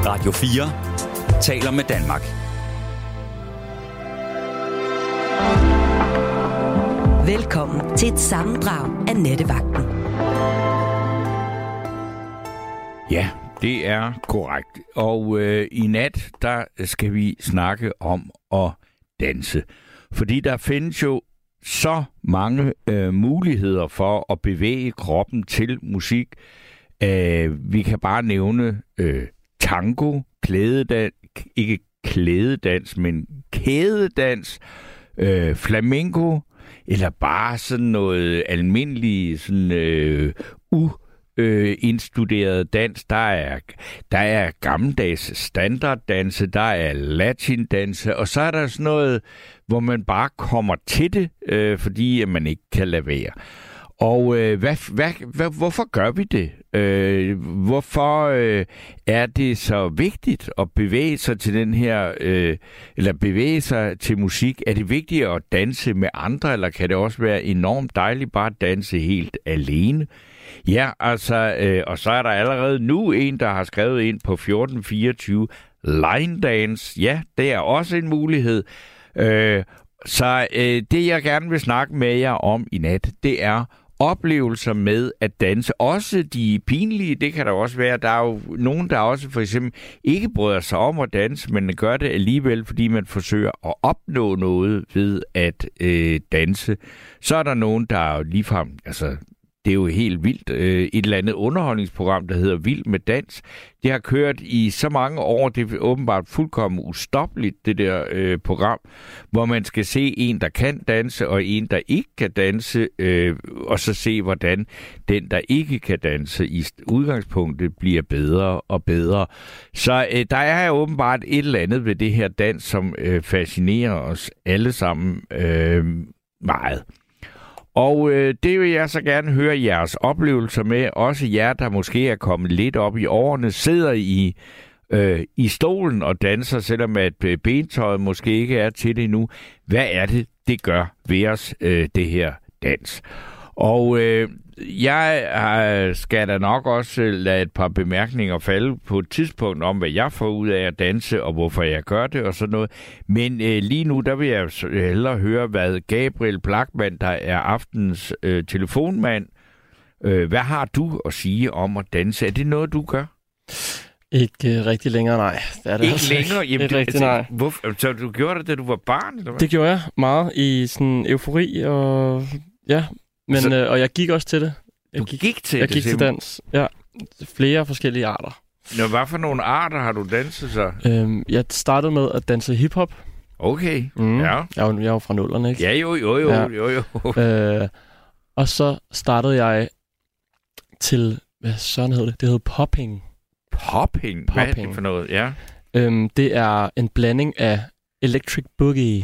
Radio 4 taler med Danmark. Velkommen til et sammendrag af Nattevagten. Ja, det er korrekt. Og i nat, der skal vi snakke om at danse. Fordi der findes jo så mange muligheder for at bevæge kroppen til musik. Vi kan bare nævne tango, ikke klædedans, men kædedans, flamenco, eller bare sådan noget almindelig sådan indstuderet dans. Der er gammeldags standarddanse, der er latindanse, og så er der sådan noget, hvor man bare kommer til det, fordi man ikke kan lade være. Og hvorfor gør vi det? Hvorfor er det så vigtigt at bevæge sig til den her, eller bevæge sig til musik? Er det vigtigt at danse med andre, eller kan det også være enormt dejligt bare at danse helt alene? Ja, altså, og så er der allerede nu en, der har skrevet ind på 1424, line dance. Ja, det er også en mulighed. Så det, jeg gerne vil snakke med jer om i nat, det er oplevelser med at danse. Også de pinlige, det kan der også være. Der er jo nogen, der også for eksempel ikke bryder sig om at danse, men gør det alligevel, fordi man forsøger at opnå noget ved at danse. Så er der nogen, der ligefrem, altså det er jo helt vildt. Et eller andet underholdningsprogram, der hedder Vild med Dans. Det har kørt i så mange år. Det er åbenbart fuldkommen ustoppeligt, det der program, hvor man skal se en, der kan danse, og en, der ikke kan danse, og så se, hvordan den, der ikke kan danse, i udgangspunktet bliver bedre og bedre. Så der er åbenbart et eller andet ved det her dans, som fascinerer os alle sammen meget. Og det vil jeg så gerne høre jeres oplevelser med. Også jer, der måske er kommet lidt op i årene, sidder i stolen og danser, selvom at bentøjet måske ikke er til det endnu. Hvad er det gør ved os, det her dans? Og jeg skal da nok også lade et par bemærkninger falde på et tidspunkt om, hvad jeg får ud af at danse, og hvorfor jeg gør det, og sådan noget. Men lige nu, der vil jeg hellere høre, hvad Gabriel Blachmann, der er aftenens telefonmand, hvad har du at sige om at danse? Er det noget, du gør? Ikke rigtig længere, nej. Det er det ikke altså længere? Jamen, ikke rigtig, nej. Så du gjorde det, da du var barn? Eller hvad? Det gjorde jeg meget i sådan eufori, og ja. Men, og jeg gik også til det. Jeg gik til dans. Ja, flere forskellige arter. Nå, hvad for nogle arter har du danset så? Jeg startede med at danse hiphop. Okay, ja. Jeg er jo fra nullerne, ikke? Ja, jo. Og så startede jeg til, hvad sådan hed det? Det hed popping. Popping? Hvad er det for noget? Ja. Det er en blanding af electric boogie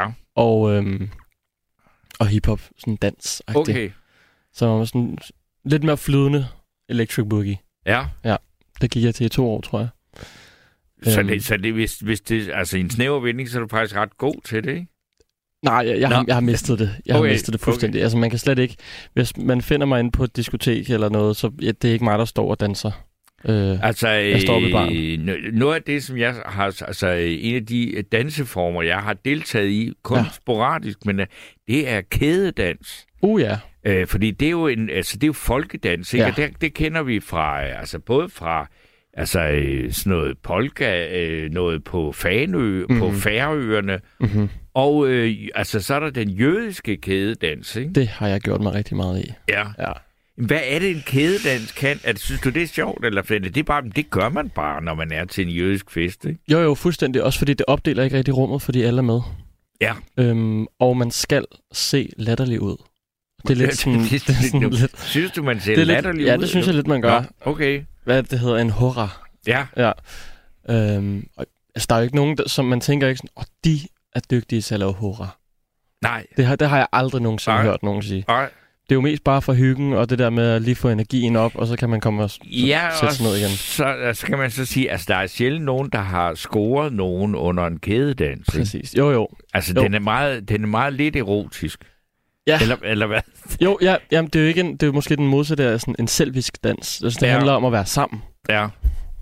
og hiphop, sådan dans-agtigt. Okay. Så sådan lidt mere flydende electric boogie. Ja. Ja, det gik jeg til i 2 år, tror jeg. Så det, hvis det, altså i en snæver vending, så er du faktisk ret god til det, ikke? Nej, jeg har mistet det. Jeg har mistet det fuldstændig. Okay. Altså man kan slet ikke, hvis man finder mig inde på et diskotek eller noget, så det er ikke mig, der står og danser. Jeg står ved barn. Noget af det, som jeg har, altså en af de danseformer, jeg har deltaget i, kun sporadisk, men det er kædedans. Ja. Fordi det er jo det er jo folkedans, ikke? Ja. Det kender vi fra, altså både fra sådan noget polka, noget på Fanø, på Færøerne, og så er der den jødiske kædedans, ikke? Det har jeg gjort mig rigtig meget i. Ja. Hvad er det, en kædedans kan? Synes du, det er sjovt, eller det gør man bare, når man er til en jødisk fest, ikke? Jo, fuldstændig. Også fordi det opdeler ikke rigtig rummet, fordi alle er med. Ja. Og man skal se latterlig ud. Det er lidt sådan... lidt, synes du, man ser latterlig ud? Ja, det synes jeg lidt, man gør. Ja, okay. Hvad det hedder? En hurra. Ja. Altså, der er jo ikke nogen, som man tænker ikke sådan, de er dygtige til at lave hurra. Nej. Det har jeg aldrig nogensinde hørt nogen sige. Nej. Det er jo mest bare for hyggen, og det der med at lige få energien op, og så kan man komme og sætte sig ned igen. Så kan man så sige, altså der er sjældent nogen, der har scoret nogen under en kædedans. Præcis. Jo. Altså den er meget lidt erotisk. Ja. Eller hvad? Jo, ja, jamen, det er jo måske den modsatte af sådan en selvisk dans. Altså, det handler om at være sammen. Ja.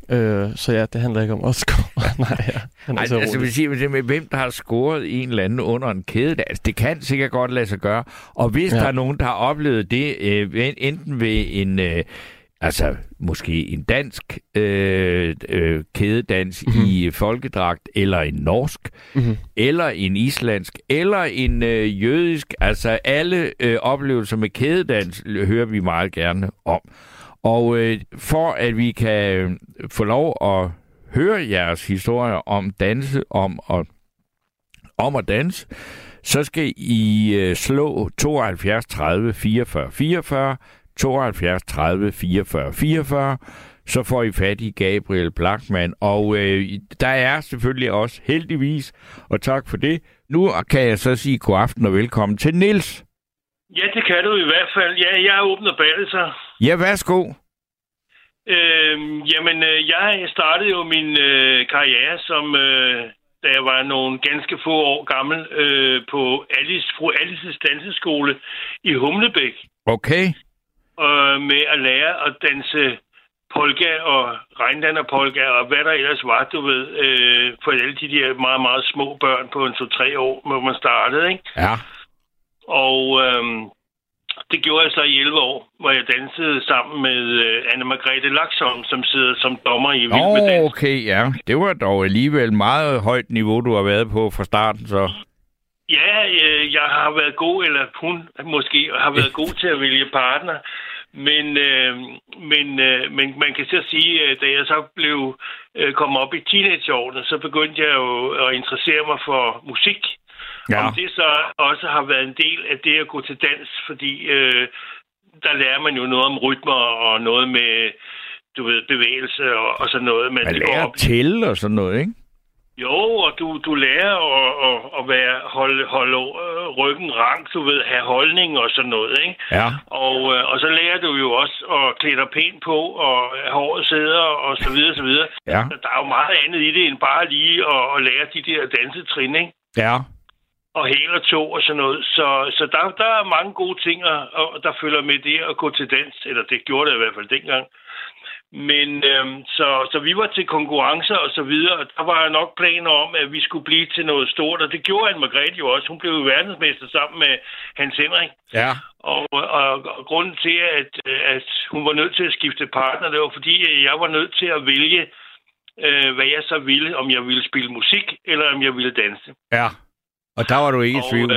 Så ja, det handler ikke om at score. Nej, altså vil sige, det med hvem der har scoret en eller anden under en kædedans, det kan sikkert godt lade sig gøre. Og hvis der er nogen, der har oplevet det, enten ved en... altså, måske en dansk kædedans i folkedragt, eller en norsk, eller en islandsk, eller en jødisk. Altså, alle oplevelser med kædedans hører vi meget gerne om. Og for at vi kan få lov at høre jeres historier om danse, om at danse, så skal I slå 72 30 44 44, 72 30 44 44, så får I fat i Gabriel Blachman. Og der er selvfølgelig også heldigvis, og tak for det. Nu kan jeg så sige god aften og velkommen til Niels. Ja, det kan du i hvert fald. Ja, jeg åbner ballet så. Ja, værsgo. Jeg startede jo min karriere som, da jeg var nogle ganske få år gammel, på fru Alices danseskole i Humlebæk. Okay. Med at lære at danse polka og regndannerpolka og hvad der ellers var, du ved, for alle de der meget, meget små børn på en 2-3 år, hvor man startede, ikke? Ja. Og det gjorde jeg så i 11 år, hvor jeg dansede sammen med Anne-Margrethe Laxholm, som sidder som dommer i Vild med Dans. Okay, ja. Det var dog alligevel meget højt niveau, du har været på fra starten, så... Ja, jeg har været god, eller hun måske har været god til at vælge partner. Men man kan så sige, da jeg så blev kommet op i teenageårene, så begyndte jeg jo at interessere mig for musik. Ja. Om det så også har været en del af det at gå til dans, fordi der lærer man jo noget om rytmer og noget med, du ved, bevægelse og sådan noget. Man lærer til og sådan noget, ikke? Jo, og du lærer at holde ryggen rank, du ved, have holdning og sådan noget, ikke? Ja. Og så lærer du jo også at klæde dig pænt på, og håret sidder, og så videre, så videre. Ja. Så der er jo meget andet i det, end bare lige at lære de der dansetrin, ikke? Ja. Og hæl og tog og sådan noget. Så der er mange gode ting, der følger med det at gå til dans, eller det gjorde det i hvert fald dengang. Men så vi var til konkurrencer og så videre, og der var nok planer om, at vi skulle blive til noget stort, og det gjorde Anne-Margrethe jo også. Hun blev verdensmester sammen med Hans Henrik. Ja. Og grunden til, at hun var nødt til at skifte partner, det var fordi, jeg var nødt til at vælge, hvad jeg så ville, om jeg ville spille musik, eller om jeg ville danse. Ja, og der var du ikke i tvivl.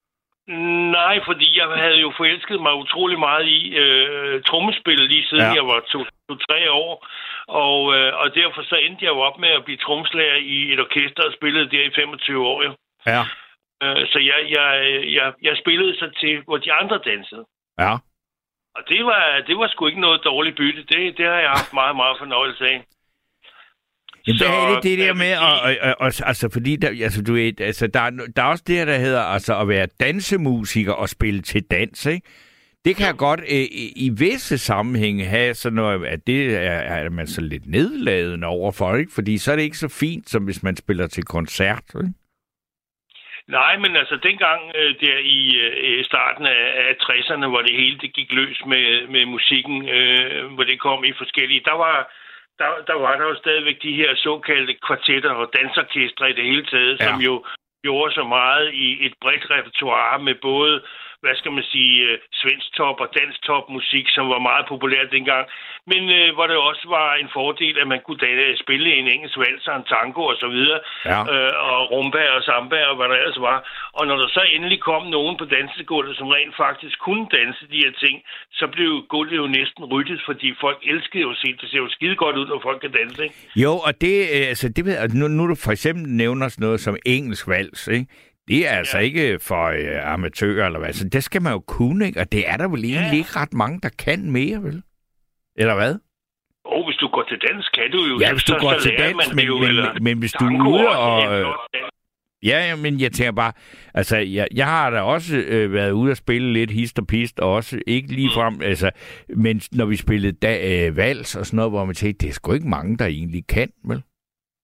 Nej, fordi jeg havde jo forelsket mig utrolig meget i trommespil, lige siden jeg var 2-3 år. Og derfor så endte jeg jo op med at blive trommeslager i et orkester og spillede der i 25 år. Jo. Ja. Så jeg spillede så til, hvor de andre dansede. Ja. Og det var sgu ikke noget dårligt bytte. Det har jeg haft meget, meget fornøjelse af. Jamen, hvad er det der med, altså fordi, du ved, altså, der er også det der hedder, altså at være dansemusiker og spille til dans, ikke? Det kan godt i visse sammenhænge have sådan noget, at det er man så lidt nedladende overfor, ikke? Fordi så er det ikke så fint, som hvis man spiller til koncert, ikke? Nej, men altså dengang der i starten af 60'erne, hvor det hele det gik løs med musikken, hvor det kom i forskellige, der var der jo stadigvæk de her såkaldte kvartetter og dansorkestre i det hele taget, som jo gjorde så meget i et bredt repertoire med både, hvad skal man sige, svensk top og dansk top musik, som var meget populært dengang, men hvor det også var en fordel, at man kunne spille en engelsk vals og en tango og så videre, og rumba og samba og hvad der ellers var. Og når der så endelig kom nogen på dansegulvet, som rent faktisk kunne danse de her ting, så blev gulvet jo næsten ryddet, fordi folk elskede jo at se. Det ser jo skide godt ud, når folk kan danse, ikke? Jo, og det ved jeg, nu du for eksempel nævner sådan noget som engelsk vals, ikke? Det er altså ikke for amatører, eller hvad. Så det skal man jo kunne, ikke? Og det er der vel egentlig ikke ret mange, der kan mere, vel? Eller hvad? Hvis du går til dans, kan du jo. Ja, hvis du går til dans, men hvis du er ude og... Ja, men jeg tænker bare... Altså, jeg har da også været ude og spille lidt hist og pist, og også ikke ligefrem... Altså, men når vi spillede vals og sådan noget, hvor man tænkte, det er sgu ikke mange, der egentlig kan, vel?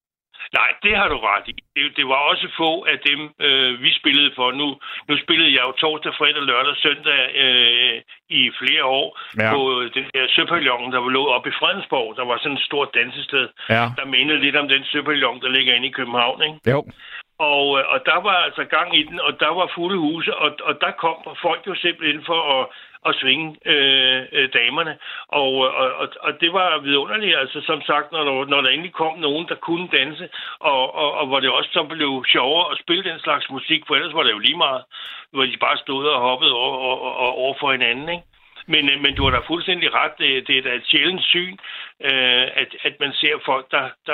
Nej, det har du ret i. Det var også få af dem, vi spillede for. Nu spillede jeg jo torsdag, fredag, lørdag, søndag i flere år på den der søpavillon, der lå oppe i Fredensborg. Der var sådan et stort dansested, der mindede lidt om den søpavillon, der ligger inde i København, ikke? Jo. Og der var altså gang i den, og der var fulde huse, og der kom folk jo simpelthen for at svinge damerne. Og det var vidunderligt, altså som sagt, når der endelig kom nogen, der kunne danse, og hvor det også så blev sjovere at spille den slags musik, for ellers var det jo lige meget, hvor de bare stod og hoppede over for hinanden, ikke? Men du har da fuldstændig ret. Det er da et sjældent syn, at man ser folk,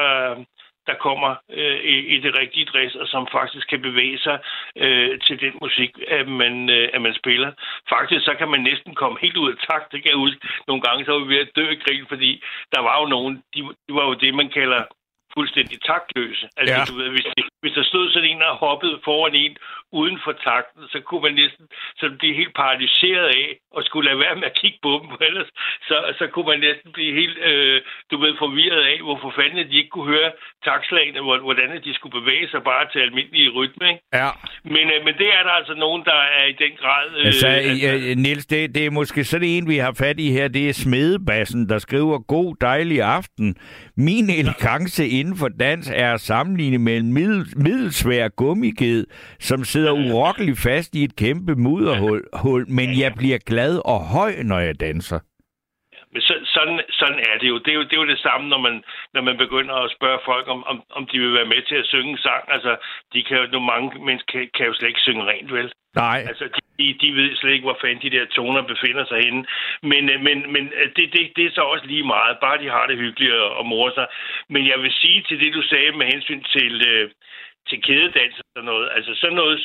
der kommer i det rigtige dress, og som faktisk kan bevæge sig til den musik, at man spiller. Faktisk så kan man næsten komme helt ud af takt. Det kan jeg huske. Nogle gange så var vi ved at dø i grin, fordi der var jo nogen, de var jo det, man kalder fuldstændig taktløse. Altså, du ved, hvis der stod sådan en og hoppede foran en uden for takten, så kunne man næsten så blive helt paralyseret af og skulle lade være med at kigge på dem, ellers så kunne man næsten blive helt forvirret af, hvorfor fanden de ikke kunne høre taktslagene, hvordan de skulle bevæge sig bare til almindelig rytme, ikke? Ja. Men det er der altså nogen, der er i den grad... Niels, det er måske sådan en, vi har fat i her, det er Smedebassen, der skriver: God, dejlig aften. Min elegance inden for dans er at sammenligne med en middelsvær gummiged, som sidder urokkeligt fast i et kæmpe mudderhul, men jeg bliver glad og høj, når jeg danser. Men sådan er det jo. Det er jo det samme, når man begynder at spørge folk, om de vil være med til at synge en sang. Altså, mange mennesker kan jo slet ikke synge rent, vel? Nej. Altså, de ved slet ikke, hvor fanden de der toner befinder sig henne. Men det er så også lige meget. Bare de har det hyggeligt og morer sig. Men jeg vil sige til det, du sagde med hensyn til kædedans og sådan noget. Altså, sådan noget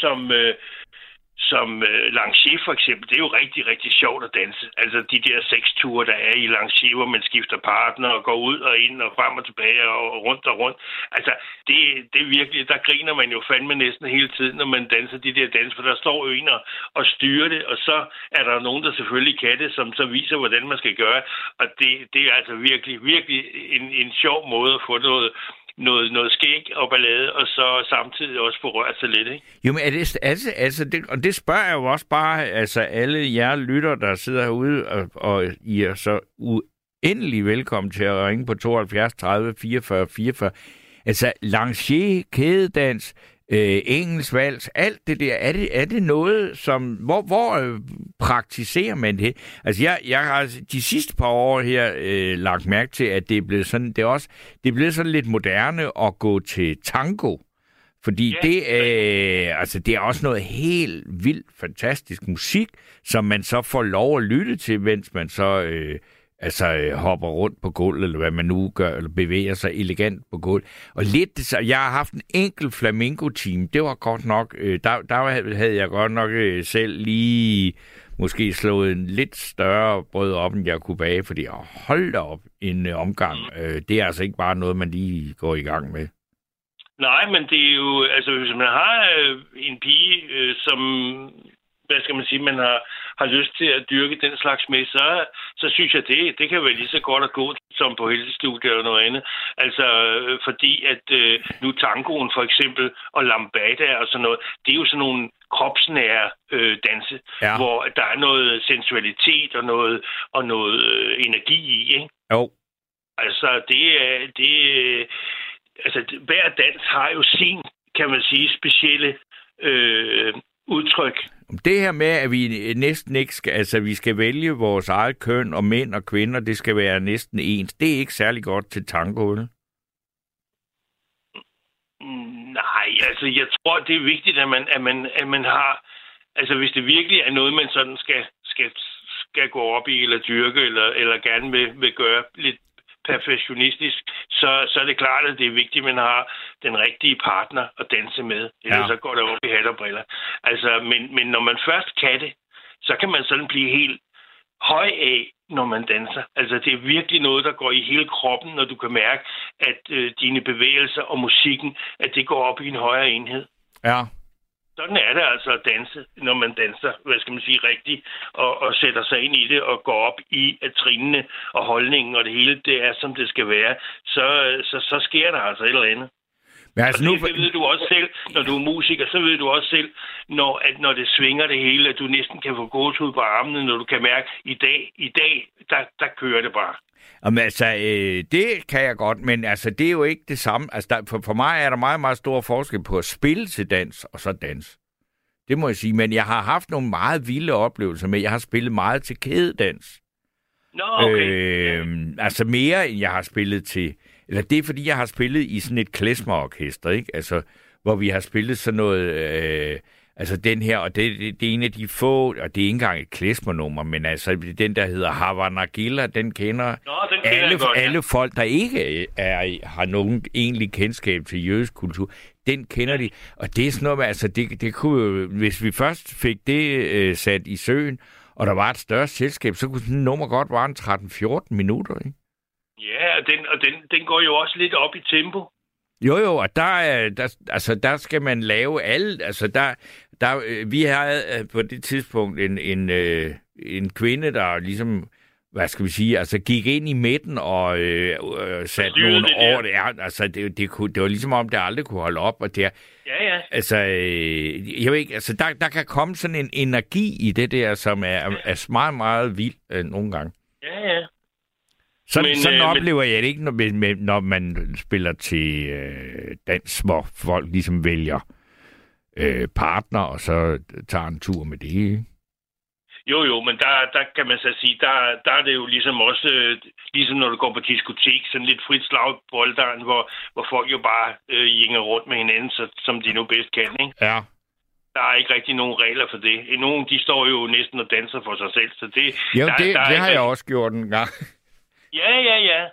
som Lancier for eksempel, det er jo rigtig, rigtig sjovt at danse. Altså de der 6 ture, der er i Lancier, hvor man skifter partner og går ud og ind og frem og tilbage og rundt og rundt. Altså det er virkelig, der griner man jo fandme næsten hele tiden, når man danser de der dans, for der står jo en og styrer det, og så er der nogen, der selvfølgelig kan det, som så viser, hvordan man skal gøre. Og det er altså virkelig, virkelig en sjov måde at få noget skæg og ballade, og så samtidig også få rørt sig lidt, ikke? Jo, men er det, altså det, og det spørger jeg jo også bare, altså alle jer lytter, der sidder herude, og I er så uendelig velkommen til at ringe på 72 30 44 44. Altså Lancier, kædedans, engelsk vals, alt det der, er det noget, som, hvor praktiserer man det? Altså jeg har de sidste par år her lagt mærke til, at det er blevet sådan, det er blevet sådan lidt moderne at gå til tango, fordi det er også noget helt vildt fantastisk musik, som man så får lov at lytte til, mens man så hopper rundt på gulvet, eller hvad man nu gør, eller bevæger sig elegant på gulvet. Og lidt, så jeg har haft en enkelt flamenco-team. Det var godt nok, der havde jeg godt nok selv lige måske slået en lidt større brød op, end jeg kunne bage, fordi hold da op en omgang. Det er altså ikke bare noget, man lige går i gang med. Nej, men det er jo, altså hvis man har en pige, som, hvad skal man sige, man har lyst til at dyrke den slags med, så synes jeg, det kan være lige så godt at gå som på helsestudiet eller noget andet. Altså, fordi at nu tangoen for eksempel, og lambada og sådan noget, det er jo sådan nogle kropsnære danse, hvor der er noget sensualitet og noget energi i, ikke? Jo. Altså, hver dans har jo sin, kan man sige, specielle udtryk. Det her med, at vi næsten ikke skal, altså vi skal vælge vores eget køn, og mænd og kvinder, det skal være næsten ens. Det er ikke særlig godt til tangoen. Nej, altså jeg tror, det er vigtigt, at man har, altså hvis det virkelig er noget, man sådan skal gå op i, eller dyrke, eller gerne vil gøre lidt perfektionistisk, så er det klart, at det er vigtigt, at man har den rigtige partner at danse med. Ellers så går det op i hat og briller. Altså, men når man først kan det, så kan man sådan blive helt høj af, når man danser. Altså, det er virkelig noget, der går i hele kroppen, når du kan mærke, at dine bevægelser og musikken, at det går op i en højere enhed. Ja. Sådan er det altså at danse, når man danser, hvad skal man sige, rigtigt, og sætter sig ind i det, og går op i at trinene og holdningen, og det hele, det er, som det skal være, så sker der altså et eller andet. Men altså det ved du også selv, når du er musiker, så ved du også selv, når det svinger det hele, at du næsten kan få gåsehud på armene, når du kan mærke, i dag, der kører det bare. Jamen, altså, det kan jeg godt, men altså, det er jo ikke det samme. Altså, for mig er der meget, meget stor forskel på at spille til dans og så dans. Det må jeg sige, men jeg har haft nogle meget vilde oplevelser med. Jeg har spillet meget til kædedans. Nå, okay. Altså mere, end jeg har spillet til... Eller det er, fordi jeg har spillet i sådan et klezmerorkester, ikke? Altså, hvor vi har spillet sådan noget... altså den her, og det er en af de få... Og det er ikke engang et klezmernummer, men altså den, der hedder Havana Gilla, den kender, alle folk, der ikke har nogen egentlig kendskab til jødisk kultur. Den kender de. Og det er sådan noget med... Altså, det kunne jo... Hvis vi først fik det sat i søen, og der var et større selskab, så kunne sådan et nummer godt vare en 13-14 minutter, ikke? Ja, og den går jo også lidt op i tempo. Jo, og der skal man lave alle... Altså, vi havde på det tidspunkt en kvinde, der ligesom... Hvad skal vi sige? Altså, gik ind i midten og satte nogle år... Ja, altså, det var ligesom om, det aldrig kunne holde op, og det... Ja. Altså, jeg ved ikke, altså, der kan komme sådan en energi i det der, som er meget, meget vild nogle gange. Ja. Sådan oplever jeg det ikke, når man spiller til dans, hvor folk ligesom vælger partner, og så tager en tur med det, ikke? Jo, men der kan man så sige, der er det jo ligesom også, ligesom når du går på diskotek, sådan lidt frit slag på bolddøren, hvor folk jo bare jinger rundt med hinanden, som de nu bedst kan, ikke? Ja. Der er ikke rigtig nogen regler for det. Nogle, de står jo næsten og danser for sig selv, så det... Jo, det har jeg også gjort en gang. Ja.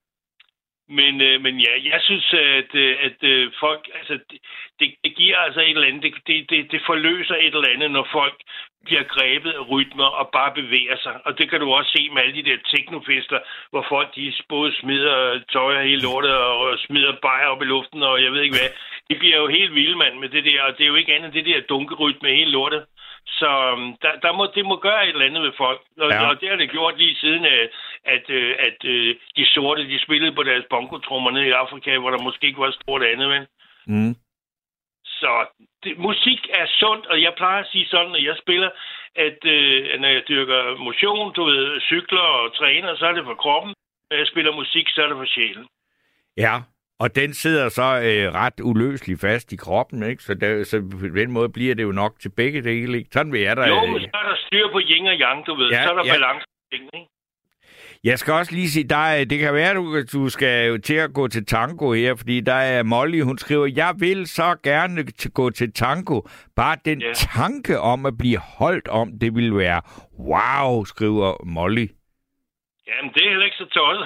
Men ja, jeg synes, at folk, altså, det giver altså et eller andet, det forløser et eller andet, når folk bliver grebet af rytmer og bare bevæger sig. Og det kan du også se med alle de der teknofester, hvor folk de både smider tøj og hele lortet og smider bajer op i luften, og jeg ved ikke hvad. De bliver jo helt vilde, mand, med det der, og det er jo ikke andet det der dunkerytme hele lortet. Så det må gøre et eller andet med folk. Og det har det gjort lige siden, at de sorte, de spillede på deres bongotrummer nede i Afrika, hvor der måske ikke var stort andet, vel? Mm. Så musik er sundt, og jeg plejer at sige sådan, når jeg spiller, at når jeg dyrker motion, du ved, cykler og træner, så er det for kroppen. Når jeg spiller musik, så er det for sjælen. Ja, og den sidder så ret uløseligt fast i kroppen, ikke? Så på den måde bliver det jo nok til begge dele, ikke? Sådan vil jeg da... Jo, men så er der styr på yin og yang, du ved. Ja, så er der balance på tingene, ikke? Jeg skal også lige sige, det kan være, at du skal jo til at gå til tango her, fordi der er Molly, hun skriver, jeg vil så gerne gå til tango. Bare den tanke om at blive holdt om, det vil være wow, skriver Molly. Jamen, det er heller ikke så tosset.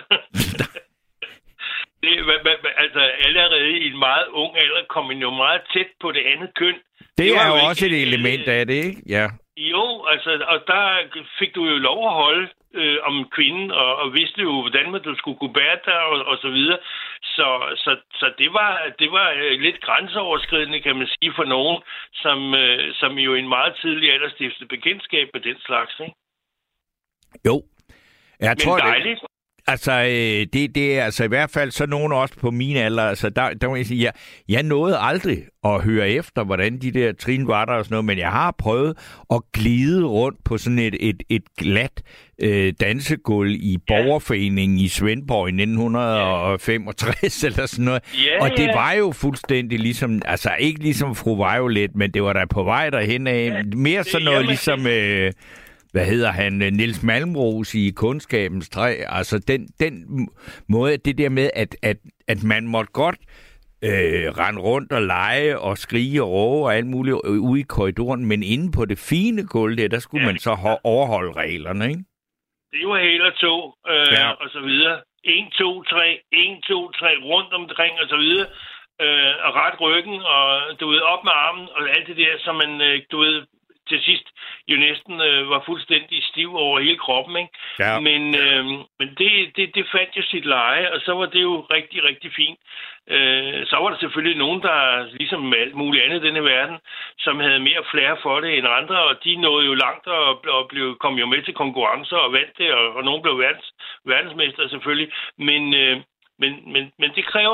Altså, allerede i en meget ung alder kom man jo meget tæt på det andet køn. Det er jo også et element af det, ikke? Ja. Jo, altså, og der fik du jo lov at holde om kvinden, og vidste jo, hvordan du skulle kunne bære dig, og så videre. Så det var lidt grænseoverskridende, kan man sige, for nogen, som jo i en meget tidlig alder stiftede bekendtskab med den slags, ikke? Jo. Jeg tror, dejligt. Altså, det er altså i hvert fald så nogen også på min alder. Altså, der må jeg sige, jeg nåede aldrig at høre efter, hvordan de der trin var der og sådan noget, men jeg har prøvet at glide rundt på sådan et glat dansegulv i Borgerforeningen i Svendborg i 1965 eller sådan noget. Og det var jo fuldstændig ligesom, altså ikke ligesom Fru Violet, men det var der på vej derhen af. Mere sådan noget ligesom... hvad hedder han, Niels Malmros i Kundskabens Træ. Altså den måde, det der med, at man måtte godt rende rundt og lege og skrige og råbe og alt muligt ude i korridoren, men inde på det fine gulv der skulle man så overholde reglerne, ikke? Det var hele to, og så videre. 1, 2, 3, 1, 2, 3, rundt omkring og så videre. Og ret ryggen, og du ved, op med armen, og alt det der, som man, du ved, til sidst jo næsten var fuldstændig stiv over hele kroppen, ikke? Ja. Men det fandt jo sit leje, og så var det jo rigtig, rigtig fint. Så var der selvfølgelig nogen, der ligesom med alt muligt andet i denne verden, som havde mere flair for det end andre, og de nåede jo langt og kom jo med til konkurrencer og vandt det, og nogen blev verdensmester selvfølgelig. Men det kræver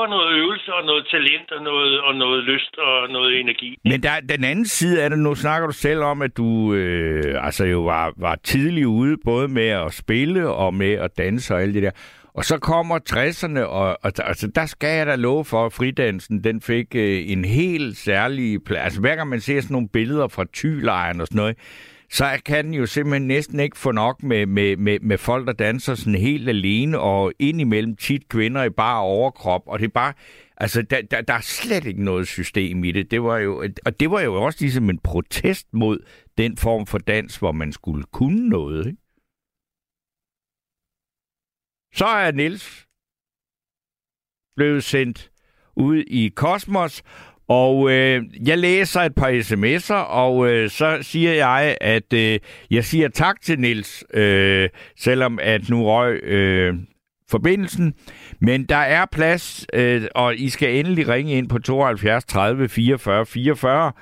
kræver noget øvelse og noget talent og noget lyst og noget energi. Men den anden side af det, nu snakker du selv om, at du jo var tidlig ude, både med at spille og med at danse og alt det der. Og så kommer 60'erne, og altså, der skal jeg da love for, at fridansen, den fik en helt særlig plads. Altså hver gang man ser sådan nogle billeder fra Thylejren og sådan noget, så kan den jo simpelthen næsten ikke få nok med folk, der danser sådan helt alene, og indimellem tit kvinder i bare overkrop, og det er bare, altså der er slet ikke noget system i det. Det var jo også ligesom en protest mod den form for dans, hvor man skulle kunne noget, ikke? Så er Niels blevet sendt ud i kosmos, og jeg læser et par sms'er, og så siger jeg, at jeg siger tak til Niels, selvom at nu røg forbindelsen. Men der er plads, og I skal endelig ringe ind på 72 30 44 44,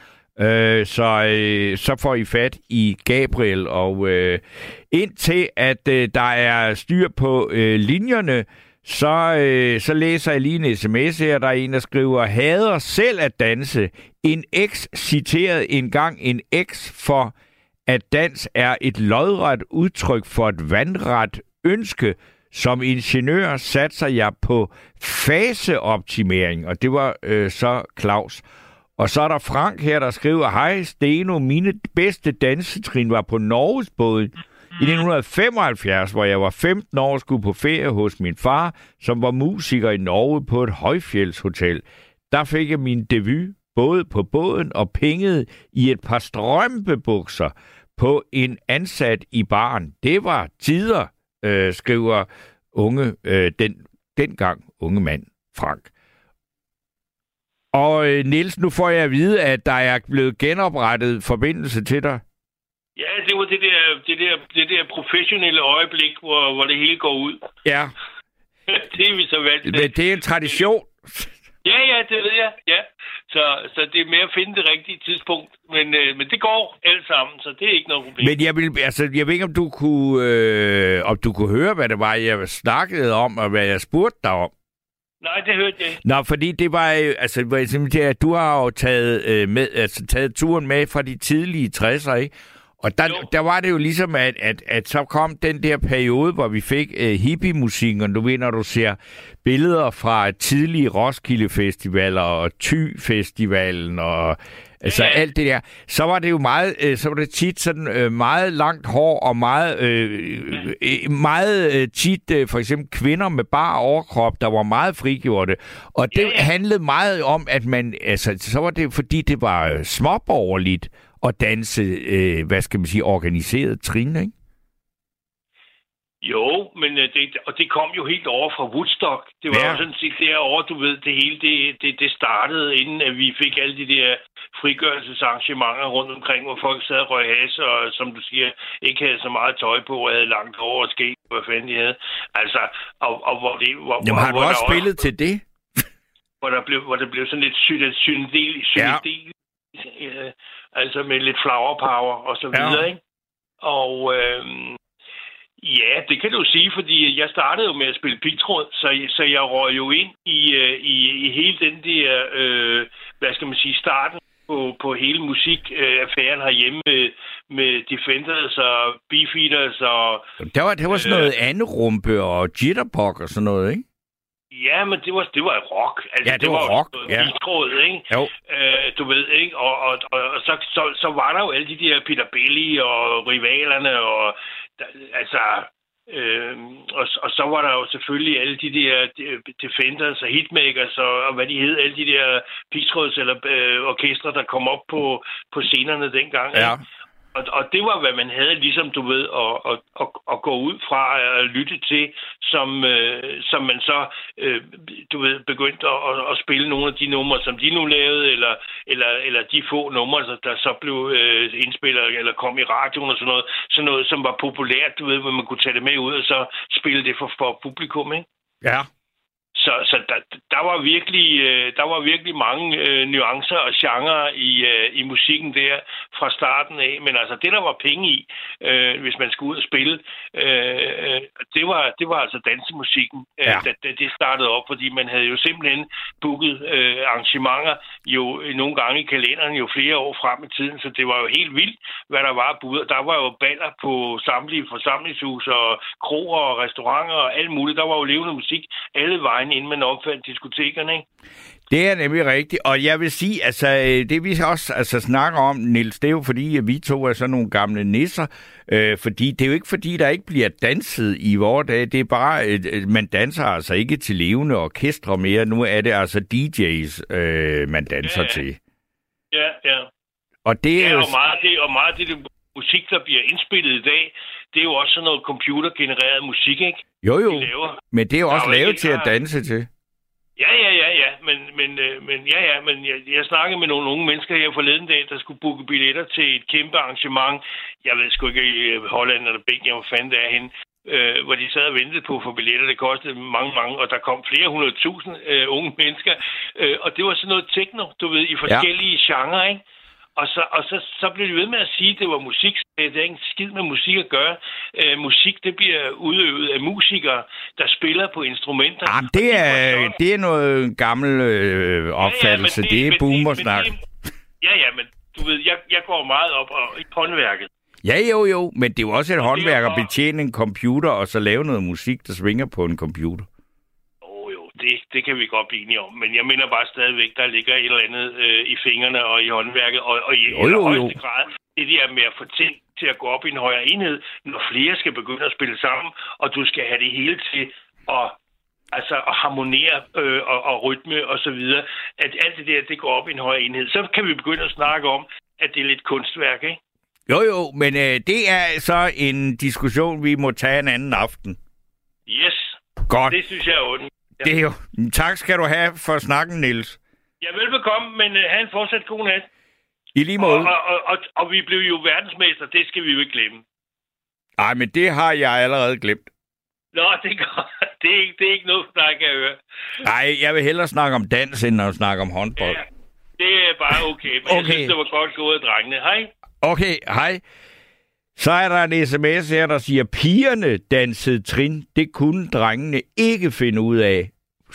så får I fat i Gabriel, og indtil at der er styr på linjerne, så læser jeg lige en sms her. Der er en, der skriver: hader selv at danse. En eks citerede engang en eks for, at dans er et lodret udtryk for et vandret ønske. Som ingeniør satser jeg på faseoptimering, og det var så Claus. Og så er der Frank her, der skriver: hej Steno, mine bedste dansetrin var på Norgesbåden i 1975, hvor jeg var 15 år og skulle på ferie hos min far, som var musiker i Norge på et højfjeldshotel. Der fik jeg min debut både på båden og pengede i et par strømpebukser på en ansat i baren. Det var tider, skriver dengang unge mand Frank. Og Niels, nu får jeg at vide, at der er blevet genoprettet forbindelse til dig. Ja, det var det der professionelle øjeblik, hvor det hele går ud. Ja. Det er vi så valgt til. Det er en tradition. Ja, det ved jeg. Ja. Så det er med at finde det rigtige tidspunkt. Men det går alt sammen, så det er ikke noget problem. Men jeg ved ikke, om du kunne høre, hvad det var, jeg snakkede om, og hvad jeg spurgte dig om. Nej, det hørte jeg ikke. Nå, fordi det var at du har jo taget turen med fra de tidlige 60'er, ikke? Og der var det jo ligesom, at så kom den der periode, hvor vi fik hippie-musikken, og du ved, når du ser billeder fra tidlige Roskilde-festivaler og Thy-festivalen og altså alt det der, så var det jo meget, så var det tit sådan meget langt hår og meget tit for eksempel kvinder med bare overkrop, der var meget frigjorte. Og det handlede meget om, at man, altså så var det fordi det var småborgerligt at danse, organiseret trin, ikke? Jo, men det kom jo helt over fra Woodstock. Det var jo sådan set derovre, du ved, det hele det startede, inden at vi fik alle de der frigørelsesarrangementer rundt omkring, hvor folk sad og røg has, og som du siger, ikke havde så meget tøj på, og havde langt hår og skæg, hvad fanden de havde. Altså, og hvor det... Jamen, har du også spillet til det? Hvor der blev sådan lidt syndel, altså med lidt flower power og så videre, ikke? Og ja, det kan du sige, fordi jeg startede jo med at spille pigtråd, så jeg røg jo ind i hele den der, starten på hele musikaffæren herhjemme med Defenders og Beefeaters og... Der var sådan noget anderumpe og jitterbug og sådan noget, ikke? Ja, men det var rock. Altså, ja, det var rock, ja. Pigtråd, ikke? Jo. Du ved, ikke? Og så var der jo alle de der Peter Belli og rivalerne og... og så var der jo selvfølgelig alle de der Defenders og Hitmakers og hvad de hed, alle de der pigtråds eller orkestre, der kom op på scenerne dengang. Ja. Og det var, hvad man havde, ligesom du ved, at gå ud fra og lytte til, som man så, du ved, begyndte at spille nogle af de numre, som de nu lavede, eller de få numre, der så blev indspillet, eller kom i radioen og sådan noget, som var populært, du ved, hvor man kunne tage det med ud og så spille det for publikum, ikke? Ja. Så der var virkelig mange nuancer og genrer i musikken der, fra starten af. Men altså, det der var penge i, hvis man skulle ud og spille, det var altså dansemusikken, da det startede op, fordi man havde jo simpelthen booket arrangementer jo nogle gange i kalenderen jo flere år frem i tiden, så det var jo helt vildt, hvad der var bud. Der var jo baller på samtlige forsamlingshus og kroer og restauranter og alt muligt. Der var jo levende musik alle vejen, inden man opfandt diskotekerne, ikke? Det er nemlig rigtigt, og jeg vil sige, altså det vi også snakker om, Niels, det er jo fordi, at vi to er sådan nogle gamle nisser, fordi det er jo ikke fordi, der ikke bliver danset i vore dage, det er bare, man danser altså ikke til levende orkestre mere, nu er det altså DJ's, man danser til. Ja. Og det er jo... meget af det musik, der bliver indspillet i dag, det er jo også sådan noget computergenereret musik, ikke? Jo, men det er jo også lavet til at danse til. Ja. Men jeg snakkede med nogle unge mennesker her forleden dag, der skulle booke billetter til et kæmpe arrangement. Jeg ved sgu ikke i Holland eller Belgien, hvor fanden det er henne, hvor de sad og ventede på for billetter. Det kostede mange, og der kom flere 100.000 unge mennesker. Og det var sådan noget techno, du ved, i forskellige genrer, ikke? Og så blev de ved med at sige, at det var musik. Det er ikke en skid med musik at gøre. Musik, det bliver udøvet af musikere, der spiller på instrumenter. Det er noget gammel opfattelse. Det er boomersnak. Men du ved, jeg går meget op i håndværket. Ja, jo, men det er jo også et håndværk at betjene en computer, og så lave noget musik, der svinger på en computer. Det kan vi godt blive enige om. Men jeg mener bare stadigvæk, der ligger et eller andet i fingrene og i håndværket. Og i højeste grad, det der med at få ting til at gå op i en højere enhed, når flere skal begynde at spille sammen, og du skal have det hele til at harmonere og rytme og så videre. At alt det der, det går op i en højere enhed. Så kan vi begynde at snakke om, at det er lidt kunstværk, ikke? Jo, men det er så en diskussion, vi må tage en anden aften. Yes. Godt. Det synes jeg er ondt. Ja. Det er jo. Tak skal du have for snakken, Niels. Ja, velbekomme, men have en fortsat god nat. I lige måde. Og vi blev jo verdensmester, det skal vi jo ikke glemme. Nej, men det har jeg allerede glemt. Nå, det er ikke noget, der kan høre. Nej, jeg vil hellere snakke om dans, end at snakke om håndbold. Ja, det er bare okay. Men jeg synes, det var godt gået af drengene. Hej. Okay, hej. Så er der en sms her, der siger, pigerne dansede trin. Det kunne drengene ikke finde ud af.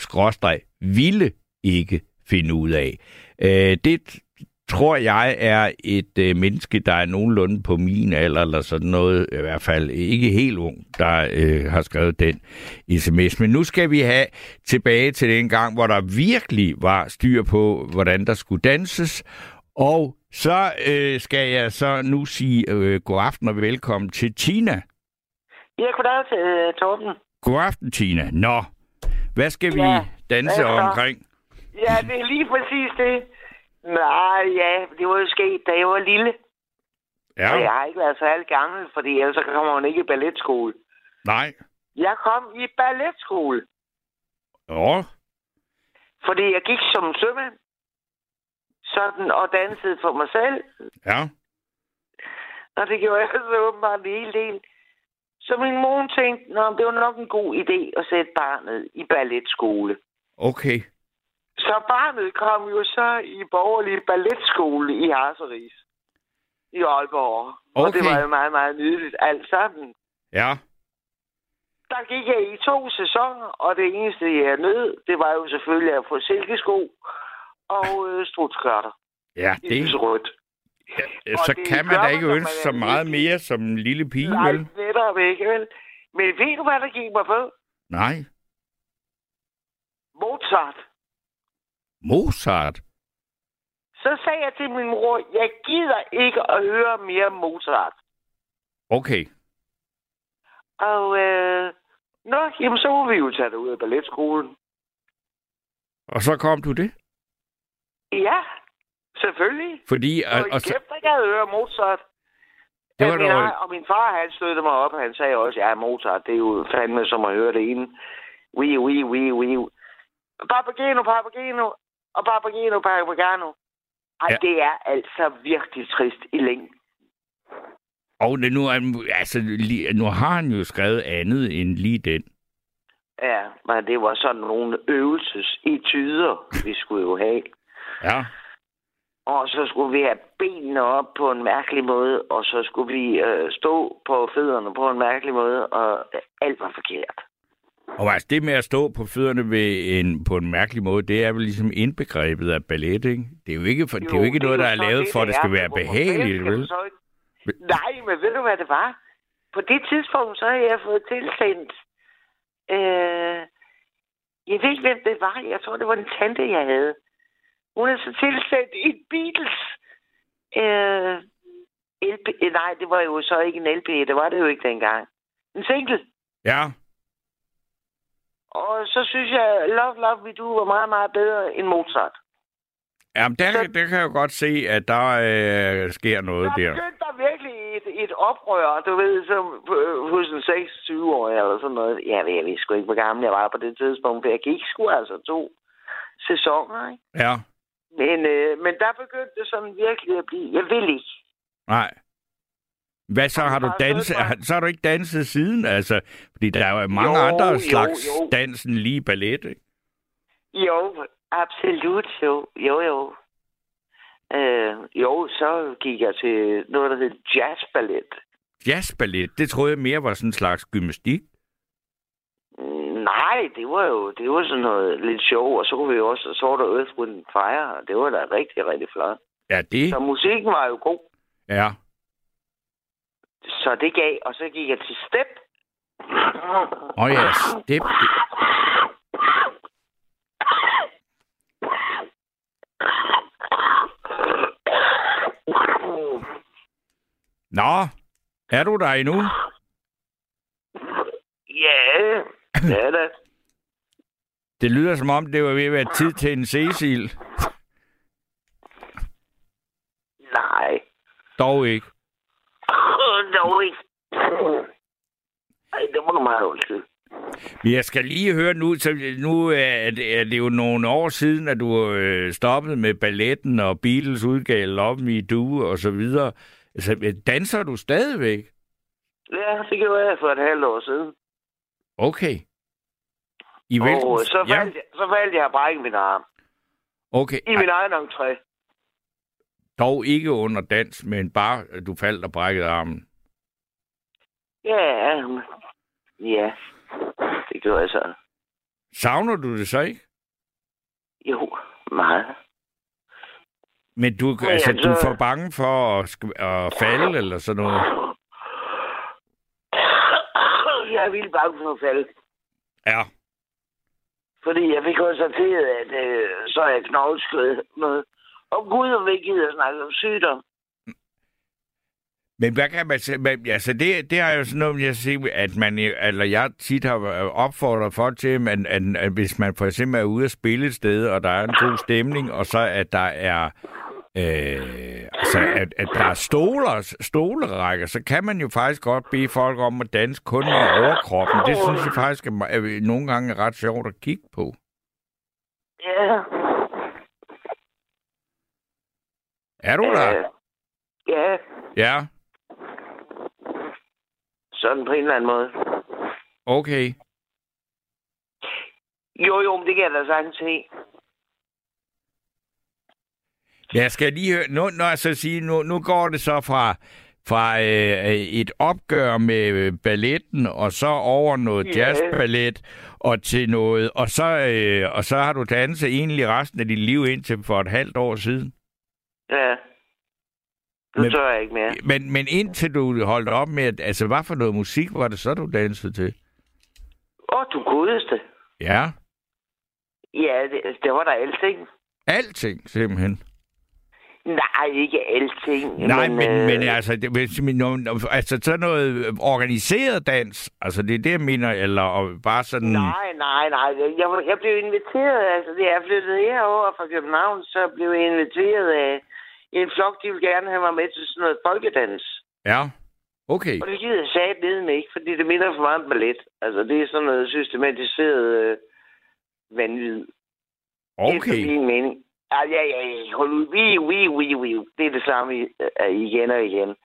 / ville ikke finde ud af. Det tror jeg er et menneske, der er nogenlunde på min alder, eller sådan noget, i hvert fald ikke helt ung, der har skrevet den sms. Men nu skal vi have tilbage til den gang, hvor der virkelig var styr på, hvordan der skulle danses. Og så skal jeg så nu sige god aften og velkommen til Tina. Ja, goddag til Torben. God aften, Tina. Nå, hvad skal vi danse omkring? Ja, det er lige præcis det. Nej, det var jo sket, da jeg var lille. Ja. Og jeg har ikke været så alt gammel, fordi ellers kommer man ikke i balletskole. Nej. Jeg kom i balletskole. Ja. Fordi jeg gik som sømand. Sådan, og dansede for mig selv. Ja. Og det gjorde jeg så åbenbart en hel del. Så min mor tænkte, det var nok en god idé at sætte barnet i balletskole. Okay. Så barnet kom jo så i borgerlig balletskole i Harseris. I Aalborg. Okay. Og det var jo meget, meget nydeligt alt sammen. Ja. Der gik jeg i 2 sæsoner, og det eneste, jeg nød, det var jo selvfølgelig at få silkesko og strutskørter. Ja, det er rødt. Ja, så kan man da ikke ønske så meget mere som en lille pige, nej, vel? Nej, netop ikke, vel? Men ved du, hvad der gik mig på? Nej. Mozart? Så sagde jeg til min mor, jeg gider ikke at høre mere Mozart. Okay. Og jamen så må vi jo tage det ud af balletskolen. Og så kom du det? Ja, selvfølgelig. Fordi... Og kæft, der gad høre Mozart. Det var dog... Og min far, han støttede mig op, han sagde også, ja, Mozart, det er jo fandme som at høre det ene. Oui. Papageno, og Papageno. Ej, ja. Det er altså virkelig trist i længden. Og nu har han jo skrevet andet end lige den. Ja, men det var sådan nogle øvelsesetuder, vi skulle jo have. Ja. Og så skulle vi have benene op på en mærkelig måde, og så skulle vi stå på fødderne på en mærkelig måde, og alt var forkert. Og altså det med at stå på fødderne på en mærkelig måde, det er vel ligesom indbegrebet af ballet, ikke? Det er jo ikke, det er jo ikke noget, der er lavet for, at det skal være behageligt, vel? Nej, men ved du, hvad det var? På det tidspunkt, så havde jeg fået tilsendt... jeg ved ikke, hvem det var. Jeg tror, det var en tante, jeg havde. Hun havde så tilsendt et Beatles... LP. Nej, det var jo så ikke en LP. Det var det jo ikke dengang. En single. Ja. Og så synes jeg, Love, Love Me Do var meget, meget bedre end Mozart. Jamen, der kan jeg jo godt se, at der sker noget der. Der begyndte der virkelig et oprør, du ved, som hos en 26-årig eller sådan noget. Jeg ved sgu ikke, hvor gammel jeg var på det tidspunkt, for jeg gik sgu altså 2 sæsoner, ikke? Ja. Men der begyndte det sådan virkelig at blive... Jeg vil ikke. Nej. Hvad så? Har du danset? Så har du ikke danset siden? Altså, fordi der er jo mange andre slags dansen lige ballet, ikke? Jo, absolut, jo. Jo, så gik jeg til noget, der hed jazzballet. Jazzballet? Det troede jeg mere var sådan en slags gymnastik. Nej, det var sådan noget lidt sjov, og så kunne vi jo også, så var der Earth, Wind & Fire, og det var da rigtig, rigtig flot. Ja, det. Så musikken var jo god. Ja. Så det gav, og så gik jeg til step. Ja, step. Nå, er du der endnu? Ja, det er det. Det lyder som om, det var ved at være tid til en Cecil. Nej. Dog ikke. Dog ikke. Ej, det var meget undskyld. Men jeg skal lige høre nu, så nu er det jo nogle år siden, at du stoppede med balletten og Beatles udgav Love Me Do og så videre. Altså, danser du stadigvæk? Ja, det gjorde jeg for et halvt år siden. Okay. Så valgte jeg at brække min arm. Okay. I min egen entré. Dog ikke under dans, men bare du faldt og brækkede armen. Ja, det gjorde jeg så. Savner du det så ikke? Jo, meget. Men du er for bange for at falde eller sådan noget? Jeg er vildt bange for at falde. Ja. Fordi jeg fik konstateret, at så er jeg knogleskød noget. Og Gud, om vi ikke gider snakke om sygdom. Men hvad kan man sige? Altså, det er jo sådan noget, jeg siger, at jeg tit har opfordret folk til, at hvis man for eksempel er ude at spille et sted, og der er en god stemning, og så at der er at der er stolerækker, så kan man jo faktisk godt bede folk om at danse kun med overkroppen. Det synes jeg faktisk er nogle gange er ret sjovt at kigge på. Ja. Er du der? Ja. Ja. Sådan på en eller anden måde. Okay. Jo, men det kan jeg da sagtens se. Jeg skal lige høre, nu går det så fra et opgør med balletten, og så over noget jazzballet, og til noget, og så har du danset egentlig resten af dit liv indtil for et halvt år siden. Ja. Nu tør jeg ikke mere. Men indtil du holdt op med, altså hvad for noget musik var det så, du dansede til? Du godeste. Ja. Ja, det var der alting. Alting, simpelthen? Nej, ikke alting. Nej, men altså sådan noget organiseret dans, altså det er det, jeg mener, eller bare sådan... Nej. Jeg blev inviteret, altså det er flyttet herover fra København, så blev jeg inviteret af en flok, de ville gerne have mig med til sådan noget folkedans. Ja, okay. Og det gider jeg sagt ned med ikke, fordi det minder for meget om ballet. Altså det er sådan noget systematiseret vanvid. Okay. Efter min mening. Ja, hold ud. Vi. Det er det samme igen og igen.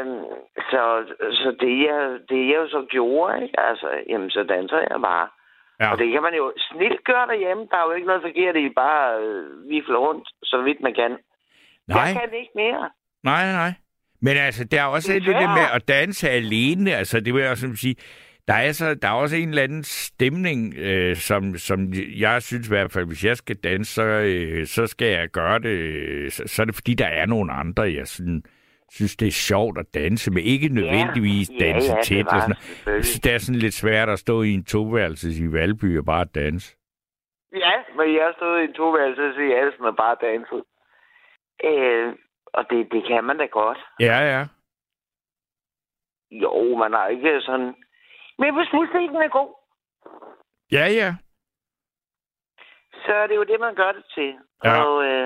Så det jeg jo så gjorde, ikke? Altså, jamen, så danser jeg bare. Ja. Og det kan man jo snilt gøre derhjemme. Der er jo ikke noget forkert i bare vifle rundt, så vidt man kan. Nej. Jeg kan ikke mere. Nej. Men altså, der er også det med at danse alene. Altså, det vil jeg også sige, der er også en eller anden stemning, som jeg synes i hvert fald, hvis jeg skal danse, så skal jeg gøre det. Så er det fordi, der er nogle andre, jeg synes, det er sjovt at danse med. Ikke nødvendigvis danse tæt. Det er sådan lidt svært at stå i en toværelses i Valby og bare danse. Ja, men jeg stod i en toværelses i Alsen og bare danse. Og det kan man da godt. Ja. Jo, man har ikke sådan... Men hvis musikken er god... Ja. Så er det jo det, man gør det til. Ja.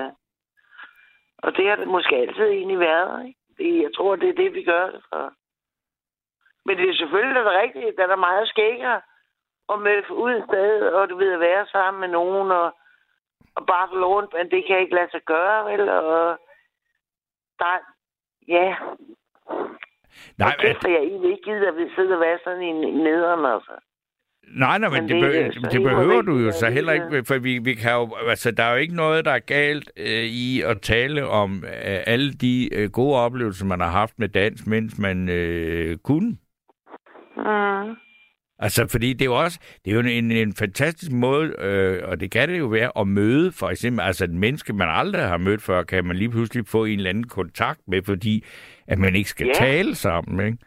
Og det har det måske altid egentlig været, ikke? Jeg tror, det er det, vi gør det for. Men det er selvfølgelig det rigtigt. Der er meget skægger og med ud i stedet, og du ved at være sammen med nogen, og bare få lånt, men det kan ikke lade sig gøre, vel? Og der, ja. Nej, for jeg egentlig ikke gider, at vi sidder og være sådan en nederen, altså. Nej, men det behøver du jo så heller ikke, for vi kan jo, altså der er jo ikke noget, der er galt i at tale om alle de gode oplevelser, man har haft med dans, mens man kunne. Mm. Altså, fordi det er jo en fantastisk måde, og det kan det jo være, at møde for eksempel, altså et menneske, man aldrig har mødt før, kan man lige pludselig få en eller anden kontakt med, fordi at man ikke skal tale sammen, ikke?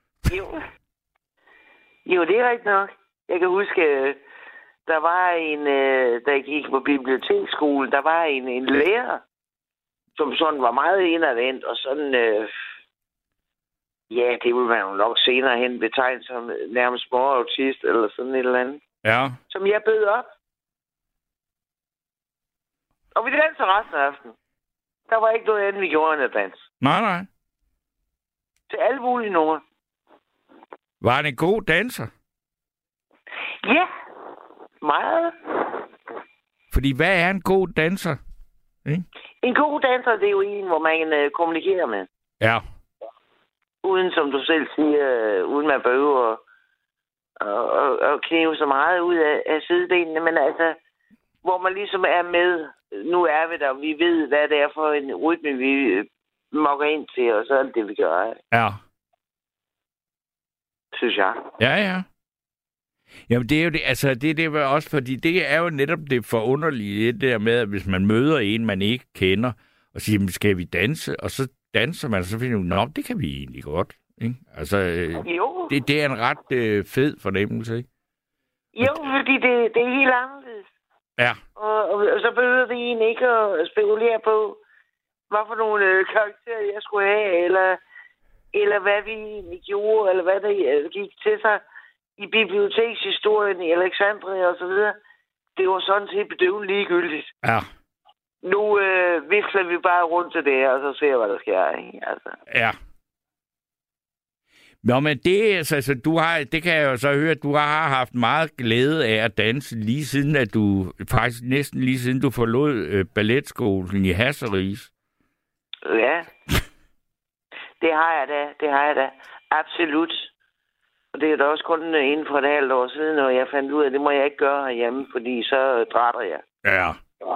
Jo, det er rigtigt nok. Jeg kan huske, der var da jeg gik på biblioteksskole, der var en lærer, som sådan var meget indadvendt, og sådan, det vil man jo nok senere hen betegne som nærmest småautist, eller sådan et eller andet. Ja. Som jeg bød op. Og vi dansede resten af aftenen. Der var ikke noget andet, vi gjorde end at danse. Nej. Til alle mulige numre. Var han en god danser? Ja, meget. Fordi hvad er en god danser? En god danser, det er jo en, hvor man kommunikerer med. Ja. Uden, som du selv siger, uden man behøver at knive så meget ud af sidebenene, men altså, hvor man ligesom er med. Nu er vi der, og vi ved, hvad det er for en rytme, vi mokker ind til, og så er det vi gør. Ja. Synes jeg. Ja. Jamen, det er jo det, altså, det er også, fordi det er jo netop det forunderlige, det der med, at hvis man møder en, man ikke kender, og siger, skal vi danse? Og så danser man, og så finder man, det kan vi egentlig godt. Ikke? Altså, det er en ret fed fornemmelse, ikke? Jo, fordi det er helt anderledes. Ja. Og så behøver vi egentlig ikke at spekulere på, hvad for nogle karakterer jeg skulle have, eller hvad vi egentlig gjorde, eller hvad der gik til sig i bibliotekshistorien i Alexandria og så videre. Det var sådan set bedøvende ligegyldigt. Ja. Nu vifler vi bare rundt til det her, og så ser hvad der sker. Ikke? Altså. Ja. Nå, men det kan jeg jo så høre, at du har haft meget glæde af at danse lige siden, at du faktisk næsten lige siden du forlod balletskolen i Hasseris. Ja. Det har jeg da. Absolut. Og det er da også kun inden for et halvt år siden, og jeg fandt ud af, at det må jeg ikke gøre herhjemme, fordi så drætter jeg. Ja.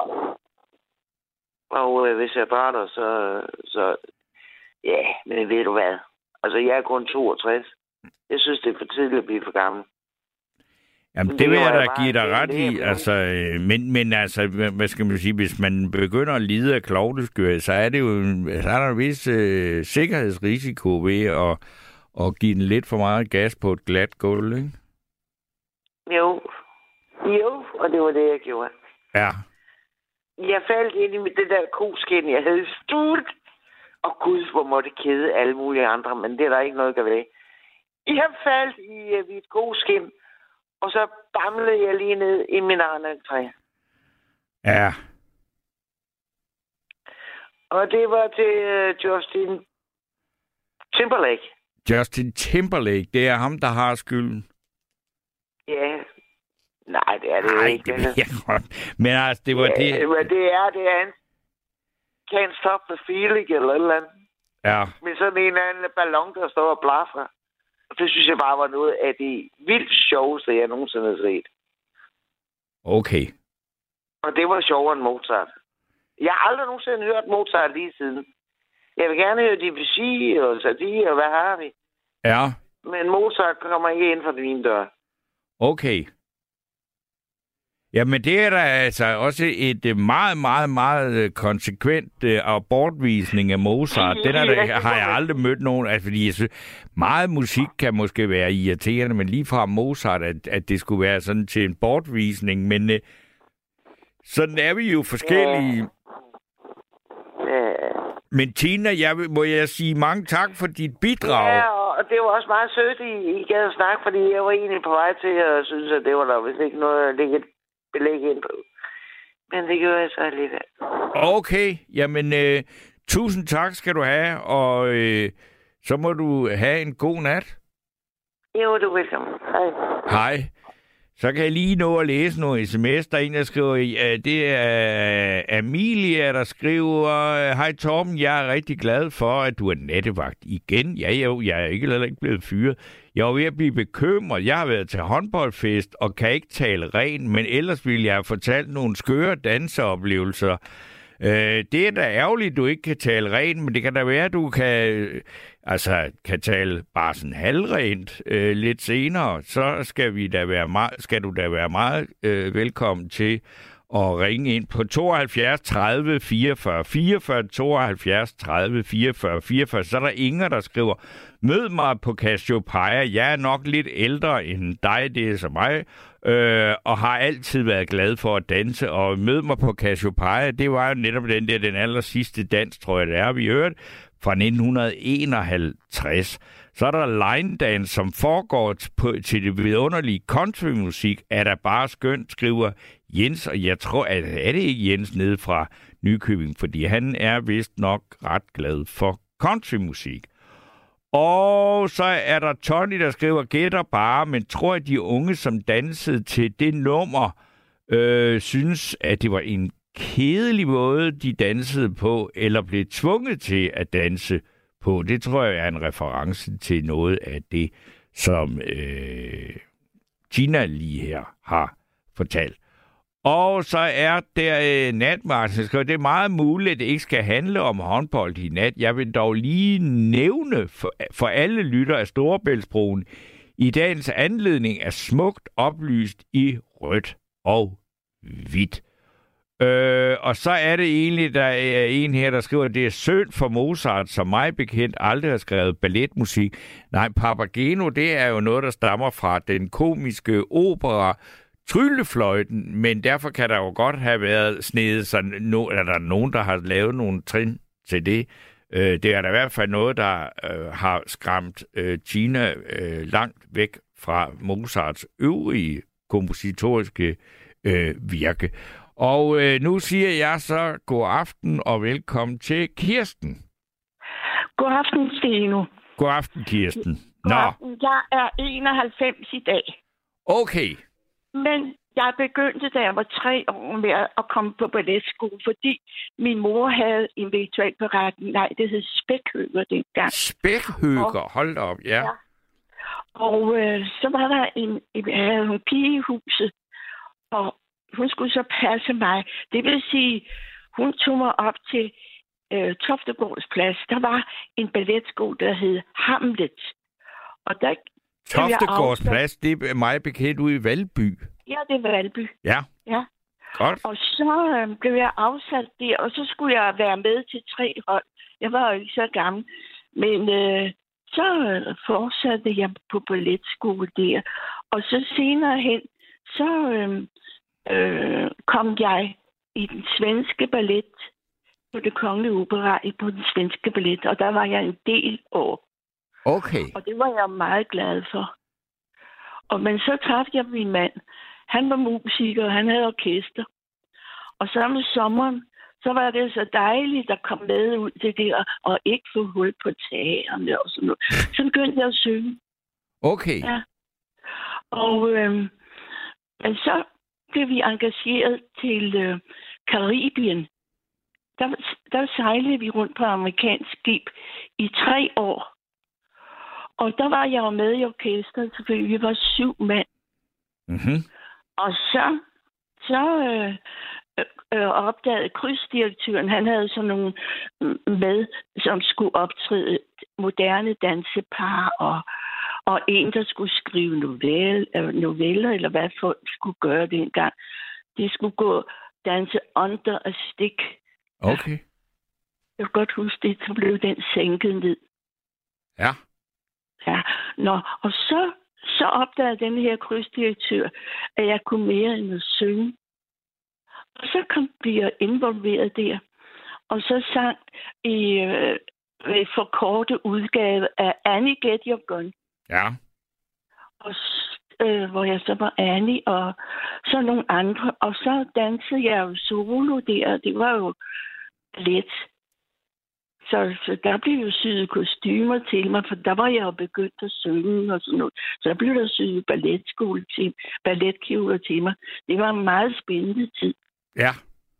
Og hvis jeg drætter, så ja, men ved du hvad? Altså, jeg er kun 62. Jeg synes, det er for tidligt at blive for gammel. Jamen, det vil jeg da give dig ret i. Altså, men altså, hvad skal man sige, hvis man begynder at lide af klovneskør, så er det jo så er der en vis sikkerhedsrisiko ved at give den lidt for meget gas på et glat gulv, ikke? Jo, og det var det, jeg gjorde. Ja. Jeg faldt ind i det der koskin, jeg havde studt. Og gud, hvor må det kede alle mulige andre, men det er der ikke noget, der ved. Jeg faldt i mit koskin, og så bamlede jeg lige ned i min arnetræ. Ja. Og det var til Justin Timberlake. Justin Timberlake, det er ham, der har skylden. Ja. Nej, det er det jo ikke. Det ved jeg godt. Men altså, det var det... Men det er han. Can't stop the feeling, eller et eller andet. Ja. Med sådan en eller anden ballon, der står og blaffer. Og det synes jeg bare var noget af det vildt sjoveste, jeg nogensinde har set. Okay. Og det var sjovere end Mozart. Jeg har aldrig nogensinde hørt Mozart lige siden. Jeg vil gerne høre Debussy og Sadi og hvad har vi. Ja. Men Mozart kommer ikke ind for min dør. Okay. Jamen, det er da altså også et meget, meget, meget konsekvent bortvisning af Mozart. Den har jeg aldrig mødt nogen af, fordi jeg synes, meget musik kan måske være irriterende, men lige fra Mozart, at det skulle være sådan til en bortvisning. Men sådan er vi jo forskellige. Men Tina, må jeg sige mange tak for dit bidrag. Ja, og det var også meget sødt, I gad at snakke, fordi jeg var egentlig på vej til at synes, at det var der vist ikke noget at lægge belæg ind på. Men det gjorde jeg så alligevel. Okay, jamen tusind tak skal du have, og så må du have en god nat. Jo, du er velkommen. Hej. Hej. Så kan jeg lige nå at læse nogle sms. Der er en, der skriver, det er Amelia, der skriver, hej Torben, jeg er rigtig glad for, at du er nattevagt igen. Ja, jeg er ikke blevet fyret. Jeg var ved at blive bekymret. Jeg har været til håndboldfest og kan ikke tale rent, men ellers ville jeg have fortalt nogle skøre danseoplevelser. Det er da ærgerligt, du ikke kan tale rent, men det kan da være, at du kan tale bare sådan halvrent lidt senere. Så skal du da være meget velkommen til at ringe ind på 72 30 44 44, 72 30 44 44. Så er der Inger, der skriver, mød mig på Cassiopeia. Jeg er nok lidt ældre end dig, det er så mig, og har altid været glad for at danse. Og mød mig på Cassiopeia, det var jo netop den aller sidste dans, tror jeg det er, vi hørte, fra 1951. Så er der line dance, som foregår til det vidunderlige countrymusik, er der bare skønt, skriver Jens, og jeg tror, at er det ikke Jens nede fra Nykøbing, fordi han er vist nok ret glad for countrymusik. Og så er der Tony, der skriver, gætter bare, men tror, at de unge, som dansede til det nummer, synes, at det var en kedelig måde, de dansede på, eller blev tvunget til at danse på. Det tror jeg er en reference til noget af det, som Tina lige her har fortalt. Og så er der natmarsen, det er meget muligt, at det ikke skal handle om håndbold i nat. Jeg vil dog lige nævne for alle lytter af Storebæltsbroen, i dagens anledning er smukt oplyst i rødt og hvidt. Og så er det egentlig, der er en her, der skriver, at det er synd for Mozart, som mig bekendt aldrig har skrevet balletmusik. Nej, Papageno, det er jo noget, der stammer fra den komiske opera Tryllefløjten, men derfor kan der jo godt have været snedet sådan, er der nogen, der har lavet nogle trin til det. Det er der i hvert fald noget, der har skræmt Tina langt væk fra Mozarts øvrige kompositoriske virke. Og nu siger jeg så god aften og velkommen til Kirsten. God aften, Steno. God aften, Kirsten. God aften. Jeg er 91 i dag. Okay. Men jeg begyndte, da jeg var 3 år, med at komme på balletskole, fordi min mor havde en virtuel beretning. Nej, det hed Spækhøger dengang. Spækhøger? Hold da op, ja. Og så var der en pige i huset, og hun skulle så passe mig. Det vil sige, hun tog mig op til Toftegårds Plads. Der var en balletskole, der hed Hamlet. Og der Toftegårds Plads, det er mig bekendt ude i Valby. Ja, det er Valby. Ja. Godt. Og så blev jeg afsat der, og så skulle jeg være med til 3 hold. Jeg var jo ikke så gammel. Men så fortsatte jeg på balletskole der. Og så senere hen, så kom jeg i den svenske ballet på Det Kongelige Opera på den svenske ballet, og der var jeg en del år. Okay. Og det var jeg meget glad for. Men så træffede jeg min mand. Han var musiker, og han havde orkester. Og så om sommeren, så var det så dejligt at komme med ud til det, og ikke få hul på tagerne og sådan noget. Så begyndte jeg at synge. Okay. Ja. Og men så blev vi engageret til Karibien. Der sejlede vi rundt på amerikansk skib i 3 år. Og der var jeg jo med i orkestret, selvfølgelig. Vi var 7 mand. Mm-hmm. Og så opdagede krydsdirektøren, han havde sådan nogle med, som skulle optræde moderne dansepar, og en, der skulle skrive noveller, eller hvad folk skulle gøre dengang. De skulle gå danse under a stick. Okay. Jeg kan godt huske det, så blev den sænket ned. Ja. Ja, og så opdagede den her krydsdirektør, at jeg kunne mere end at synge. Og så blev jeg involveret der. Og så sang i forkortet udgave af Annie Get Your Gun. Ja. Og hvor jeg så var Annie, og så nogle andre. Og så dansede jeg jo solo der, det var jo let. Så der blev jo syet kostymer til mig, for der var jeg jo begyndt at synge og sådan noget. Så der blev der syet balletkjoler til mig. Det var en meget spændende tid. Ja.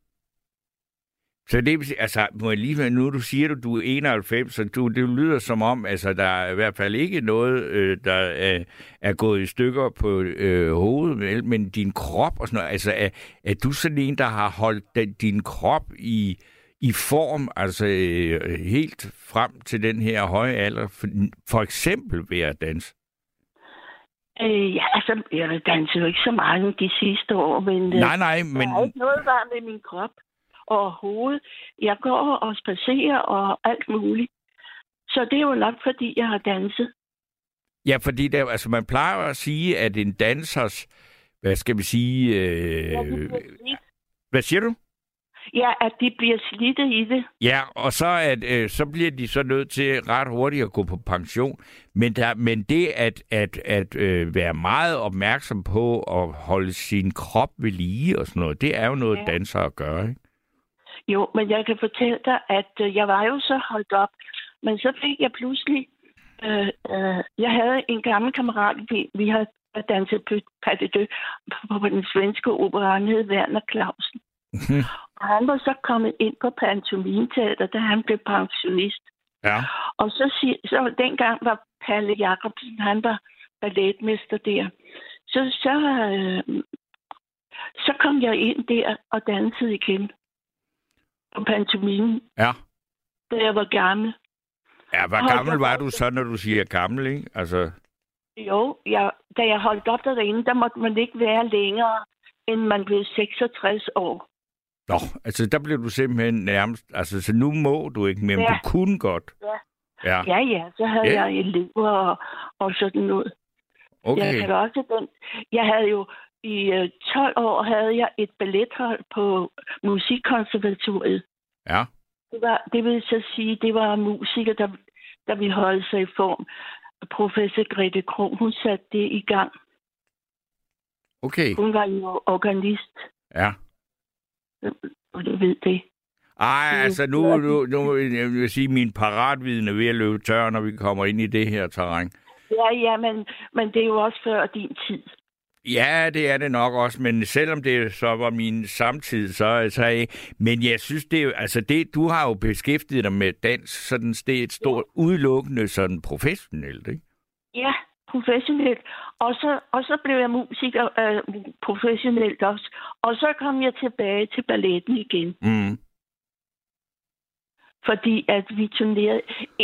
Så det, altså, må jeg lige nu du siger, du er 91, så det lyder som om, altså, der er i hvert fald ikke noget, der er gået i stykker på hovedet, men din krop og sådan noget, altså, er du sådan en, der har holdt din krop i form, altså helt frem til den her høje alder, for eksempel ved at danse? Ja, altså, jeg danser jo ikke så meget de sidste år, men nej, men der er ikke noget varmt med min krop overhovedet. Jeg går og spacerer og alt muligt. Så det er jo nok, fordi jeg har danset. Ja, fordi der, altså, man plejer at sige, at en dansers, hvad skal vi sige... Hvad siger du? Ja, at de bliver slidte i det. Ja, og så bliver de så nødt til ret hurtigt at gå på pension. Men det at være meget opmærksom på at holde sin krop ved lige og sådan noget, det er jo noget dansere gør, ikke? Jo, men jeg kan fortælle dig, at jeg var jo så holdt op. Men så fik jeg pludselig... jeg havde en gammel kammerat, vi har danset pas de deux på den svenske opera, han hed Werner Clausen. Og han var så kommet ind på Pantomimeteater, da han blev pensionist. Ja. Og så dengang var Palle Jacobsen, han var balletmester der. Så kom jeg ind der og dansede igen på pantomime. Ja. Da jeg var gammel. Ja, hvor gammel var du så, når du siger gammel, ikke? Altså... Jo, da jeg holdt op derinde, der måtte man ikke være længere, end man blev 66 år. Nå, altså der blev du simpelthen nærmest... Altså, så nu må du ikke mere, men du kunne godt. Ja, så havde jeg elever og sådan noget. Okay. Jeg havde jo i 12 år havde jeg et ballethold på Musikkonservatoriet. Ja. Det vil så sige, det var musikere, der ville holde sig i form. Professor Grete Kron, hun satte det i gang. Okay. Hun var jo organist. Ja. Og du ved det. Ej, altså nu jeg vil sige, min paratviden er ved at løbe tør, når vi kommer ind i det her terræn. Ja, men det er jo også før din tid. Ja, det er det nok også, men selvom det så var min samtid, men jeg synes, det er jo, altså det, du har jo beskæftiget dig med dans, sådan det er et stort udelukkende sådan professionelt, ikke? Ja, professionelt. Og så blev jeg musiker professionelt også. Og så kom jeg tilbage til balletten igen. Mm. Fordi at vi turnerede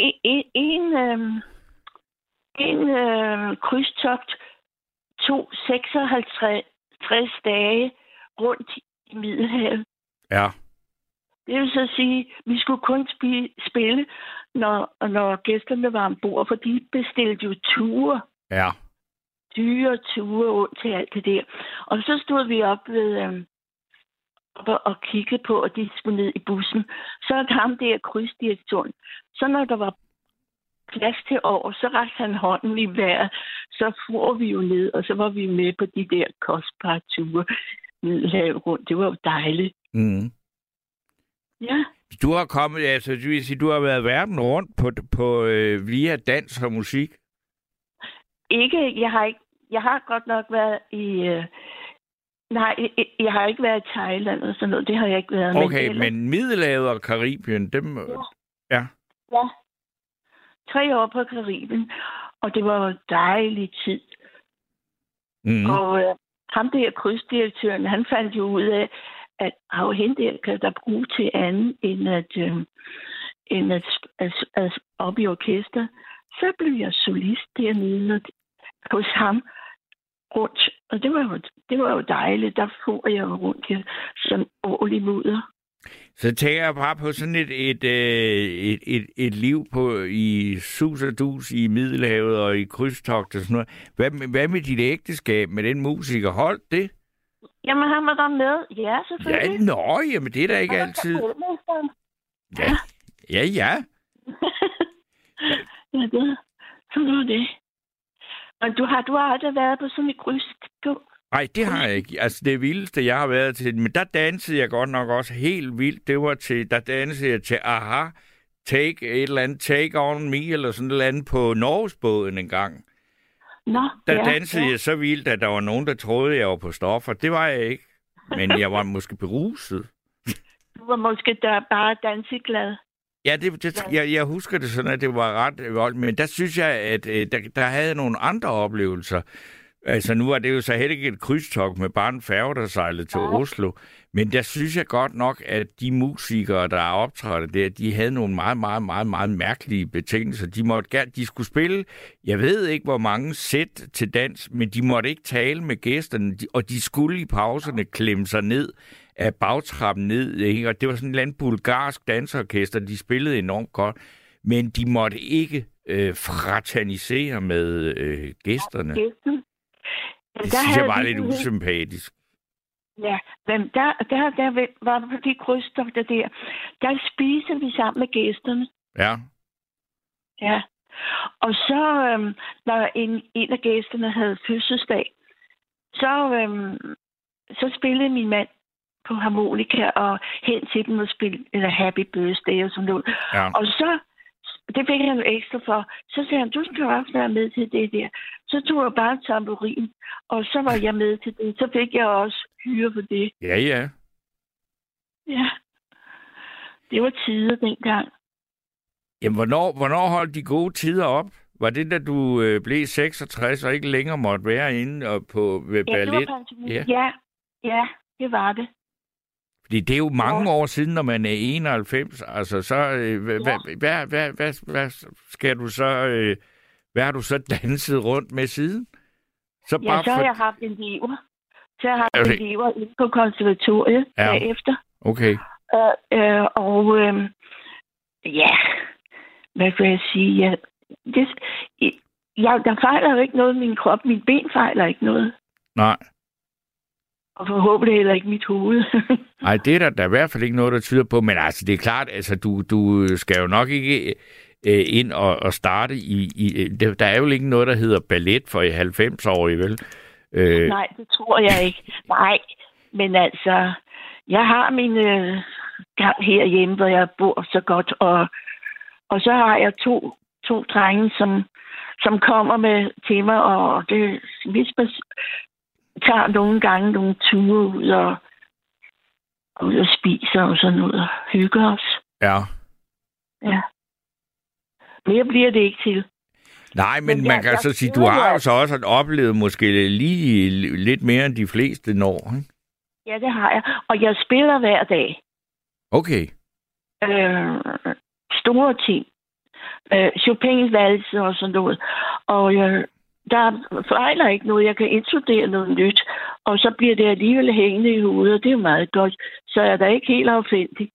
en krydstogt tog 56 dage rundt i Middelhavet. Ja. Det vil så sige, at vi skulle kun spille, når gæsterne var ombord, for de bestilte jo ture. Ja. Dyre ture rundt til alt det der. Og så stod vi op ved og kiggede på, at de skulle ned i bussen. Så kom der krydsdirektoren. Så når der var plads til over, så rakte han hånden i vejret. Så for vi jo ned, og så var vi med på de der kostbare ture Middelhavet rundt. Det var jo dejligt. Mm. Ja. Du har kommet, altså det vil sige, du har været verden rundt på via dans og musik? Ikke, jeg har godt nok været i... jeg har ikke været i Thailand og sådan noget. Det har jeg ikke været. Okay, men Middelhavet og Karibien, dem... Ja. 3 år på Karibien, og det var jo en dejlig tid. Mm. Og ham der krydsdirektøren, han fandt jo ud af, at hende der kan der bruge til andet, end at op i orkester. Så blev jeg solist dernede hos ham rundt. Og det var jo dejligt. Der får jeg jo rundt her som årlig mudder. Så tænker jeg bare på sådan et liv i sus og dus i Middelhavet og i krydstogt og sådan noget. Hvad med dit ægteskab med den musiker? Holdt det? Jamen, han var der med. Ja, selvfølgelig. Ja, jamen det er da ikke altid. Ja. Ja, det. Sådan var det. Og du har aldrig været på sådan et krydstogt? Nej, det har jeg ikke. Altså, det vildeste, jeg har været til, men der dansede jeg godt nok også helt vildt. Det var der dansede jeg til Aha, Take On Me, eller sådan et eller andet på Norgesbåden en gang. Der dansede jeg så vildt, at der var nogen, der troede, jeg var på stoffer. Det var jeg ikke, men jeg var måske beruset. Du var måske bare danseglad. Ja, jeg husker det sådan, at det var ret voldt, men der synes jeg, at der havde nogle andre oplevelser. Altså nu var det jo så heller ikke et krydstogt med bare en færge, der sejlede til Oslo. Men der synes jeg godt nok, at de musikere, der optrådte der, de havde nogle meget, meget, meget, meget mærkelige betingelser. De skulle spille, jeg ved ikke hvor mange sæt til dans, men de måtte ikke tale med gæsterne, og de skulle i pauserne klemme sig ned af bagtrappen ned. Ikke? Og det var sådan et eller andet bulgarsk dansorkester, de spillede enormt godt, men de måtte ikke fraternisere med gæsterne. Det synes jeg var lidt usympatisk. Ja, men der var på de krydstogter der spiser vi sammen med gæsterne. Ja. Ja. Og så, når en af gæsterne havde fødselsdag, så spillede min mand på harmonika og hen til dem og spille Happy Birthday og sådan noget. Ja. Og så, det fik han ekstra for. Så sagde han, du skal også være med til det der. Så tog jeg bare en tamburin, og så var jeg med til det. Så fik jeg også hyre for det. Ja. Ja. Det var tider dengang. Jamen, hvornår holdt de gode tider op? Var det, da du blev 66 og ikke længere måtte være inde og ved ballet? Ja, det var det. Fordi det er jo mange år siden, når man er 91. Altså, så hvad skal du så... hvad har du så danset rundt med siden? Så har jeg haft en lever. Så har jeg haft en lever inde på konservatoriet bagefter. Okay. Hvad kan jeg sige? Der fejler jo ikke noget i min krop. Min ben fejler ikke noget. Nej. Og forhåbentlig heller ikke mit hoved. Nej, det er der i hvert fald ikke noget, der tyder på. Men altså, det er klart, altså, du skal jo nok ikke ind og starte der er jo ikke noget, der hedder ballet for 90-årige, vel? Nej, det tror jeg ikke. Nej, men altså, jeg har min gang herhjemme, hvor jeg bor så godt, og så har jeg to drenge, som kommer med til mig, og det hvis man tager nogle gange nogle ture ud og spiser og sådan noget, og hygger os. Ja. Ja. Mere bliver det ikke til. Nej, men man kan så sige, du har jo så også oplevet måske lige lidt mere end de fleste når, ikke? Ja, det har jeg. Og jeg spiller hver dag. Okay. Store ting. Chopins valse og sådan noget. Og der fejler ikke noget. Jeg kan inkludere noget nyt. Og så bliver det alligevel hængende i hovedet, og det er meget godt. Så er der ikke helt affindig.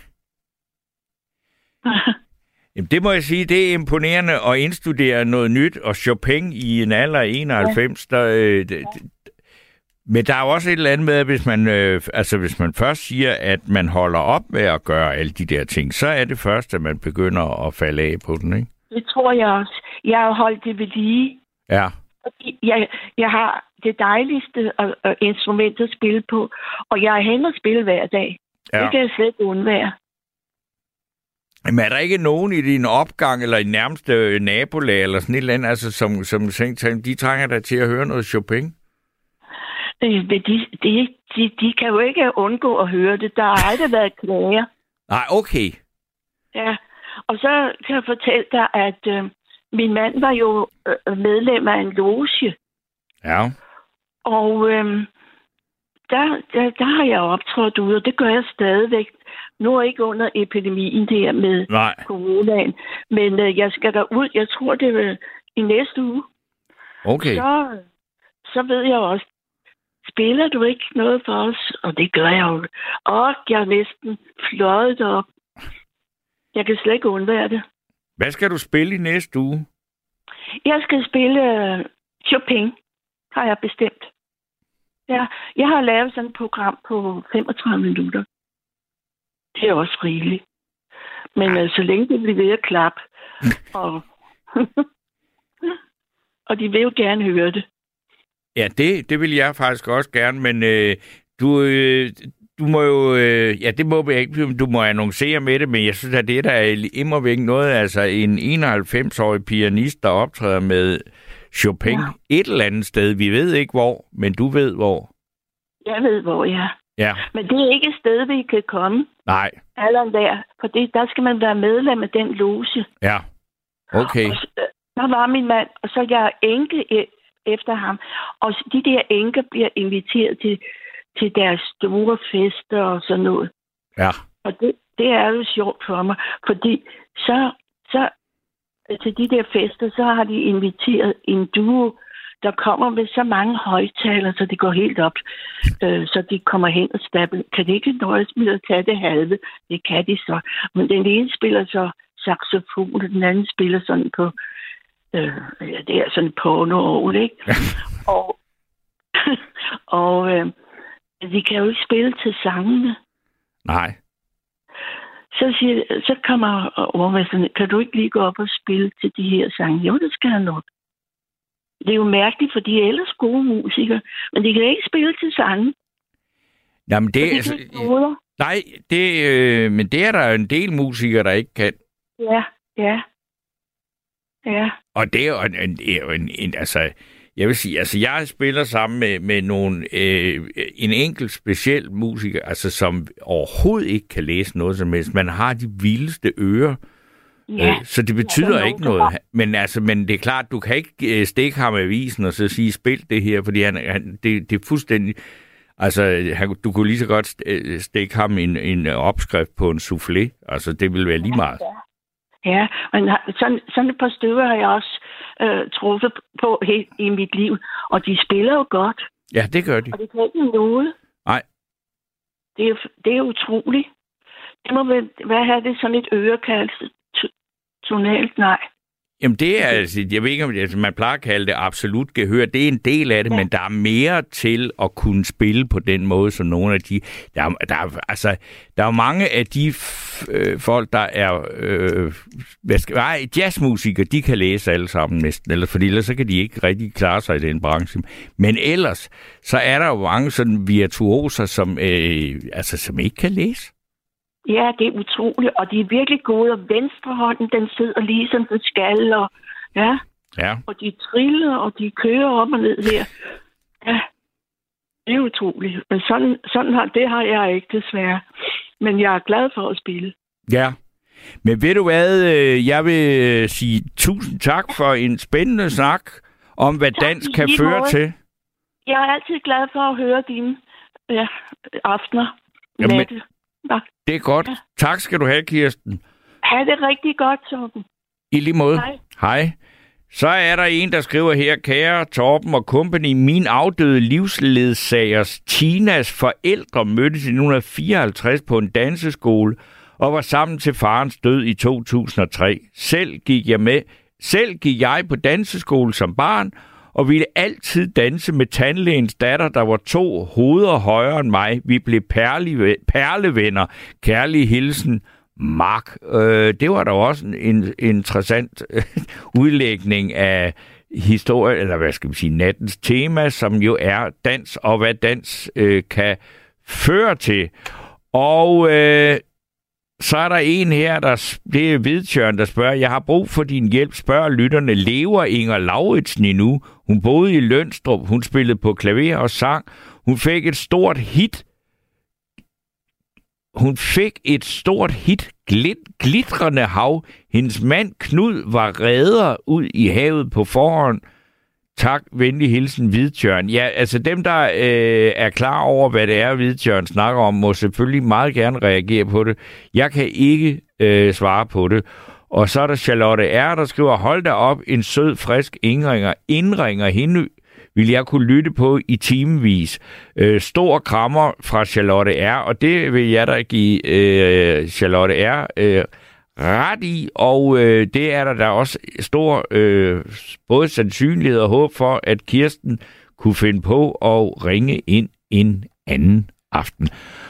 Jamen, det må jeg sige, det er imponerende at indstudere noget nyt, og Chopin i en alder af 91, men der er jo også et eller andet med, at hvis man først siger, at man holder op med at gøre alle de der ting, så er det først, at man begynder at falde af på den, ikke? Det tror jeg også. Jeg har holdt det ved lige. Ja. Jeg har det dejligste instrument at spille på, og jeg er hen og spille hver dag. Ja. Det kan jeg slet undvære. Men er der ikke nogen i din opgang, eller i nærmeste nabolag, eller sådan et eller andet, altså, som de trænger dig til at høre noget Chopin? De kan jo ikke undgå at høre det. Der har aldrig været klager. Nej, okay. Ja, og så kan jeg fortælle dig, at min mand var jo medlem af en loge. Ja. Og der har jeg optrådt ude, og det gør jeg stadigvæk. Nu er ikke under epidemien der med coronaen, men jeg skal derud. Jeg tror, det er i næste uge. Okay. Så ved jeg også, spiller du ikke noget for os? Og det gør jeg jo. Og jeg er næsten fløjet op. Jeg kan slet ikke undvære det. Hvad skal du spille i næste uge? Jeg skal spille Chopin, har jeg bestemt. Ja, jeg har lavet sådan et program på 35 minutter. Det er også rigeligt. Men så længe det bliver ved at klappe, og de vil jo gerne høre det. Ja, det vil jeg faktisk også gerne, men du må jo... det må jeg ikke, du må annoncere med det, men jeg synes, at det der er immervæk noget, altså en 91-årig pianist, der optræder med Chopin et eller andet sted. Vi ved ikke hvor, men du ved hvor. Jeg ved hvor, ja. Ja. Men det er ikke et sted, vi kan komme. Nej. Alderen der. For der skal man være medlem af den loge. Ja. Okay. Og der var min mand, og så er jeg enke efter ham. Og de der enker bliver inviteret til deres store fester og sådan noget. Ja. Og det er jo sjovt for mig, fordi så til de der fester, så har de inviteret en duo, der kommer med så mange højttaler, så det går helt op. Så de kommer hen og stabler. Kan det ikke nøjes med at tage det halve? Det kan de så. Men den ene spiller så saxofon, og den anden spiller sådan på det er sådan porno-orgel, ikke? og de kan jo ikke spille til sangene. Nej. Så kommer overmesteren, kan du ikke lige gå op og spille til de her sange? Jo, det skal jeg nok. Det er jo mærkeligt, for de er ellers gode musikere, men de kan ikke spille til sange. Jamen det er... Nej, men det er der en del musikere, der ikke kan. Ja. Og det er jo altså... Jeg vil sige, altså jeg spiller sammen med nogle, en enkelt speciel musiker, altså som overhovedet ikke kan læse noget som helst. Man har de vildeste ører, så det betyder ikke noget. Men det er klart, du kan ikke stikke ham i avisen og så sige, spil det her, fordi det er fuldstændig... Altså, du kunne lige så godt stikke ham en opskrift på en soufflé. Altså, det vil være lige meget. Ja, men sådan et par stykker har jeg også truffet på helt i mit liv. Og de spiller jo godt. Ja, det gør de. Og det kan ikke noget. Nej. Det er utroligt. Det må være have det sådan et ørekald tonalt, nej. Jamen det er, altså, jeg ved ikke, om man plejer at kalde det absolut gehør. Det er en del af det, men der er mere til at kunne spille på den måde, som nogle af de... Der er mange af de folk, der er jazzmusikere, de kan læse alle sammen næsten, fordi ellers så kan de ikke rigtig klare sig i den branche. Men ellers, så er der jo mange sådan virtuoser, som ikke kan læse. Ja, det er utroligt, og de er virkelig gode, og venstrehånden, den sidder lige som den skal, og og de triller, og de kører op og ned her. Ja, det er utroligt. Men det har jeg ikke desværre. Men jeg er glad for at spille. Ja, men ved du hvad, jeg vil sige tusind tak for en spændende snak om, hvad dans kan føre til. Jeg er altid glad for at høre dine aftener. Natte. Det er godt. Ja. Tak skal du have, Kirsten. Ha' det rigtig godt, Torben. I lige måde. Hej. Så er der en, der skriver her, kære Torben og company, min afdøde livsledsagers Tinas forældre mødtes i 1954 på en danseskole og var sammen til farens død i 2003. Selv gik jeg på danseskole som barn, og ville altid danse med tandlægens datter, der var 2 hoveder højere end mig. Vi blev perlevenner. Kærlig hilsen, Mark. Det var da også en interessant udlægning af historie, eller hvad skal man sige, nattens tema, som jo er dans, og hvad dans kan føre til. Og så er der en her, det er Hvidtjørn, der spørger, jeg har brug for din hjælp, spørger lytterne, lever Inger Lauritsen endnu? Hun boede i Lønstrup, hun spillede på klaver og sang. Hun fik et stort hit, glitrende hav. Hendes mand Knud var redder ud i havet på forhånd. Tak, venlig hilsen, Hvidtjørn. Ja, altså dem, der er klar over, hvad det er, Hvidtjørn snakker om, må selvfølgelig meget gerne reagere på det. Jeg kan ikke svare på det. Og så er der Charlotte R., der skriver, hold da op, en sød, frisk indringer hende vil jeg kunne lytte på i timevis. Stor krammer fra Charlotte R., og det vil jeg da give Charlotte R. Ret i, og det er der også stor både sandsynlighed og håb for, at Kirsten kunne finde på at ringe ind en anden aften.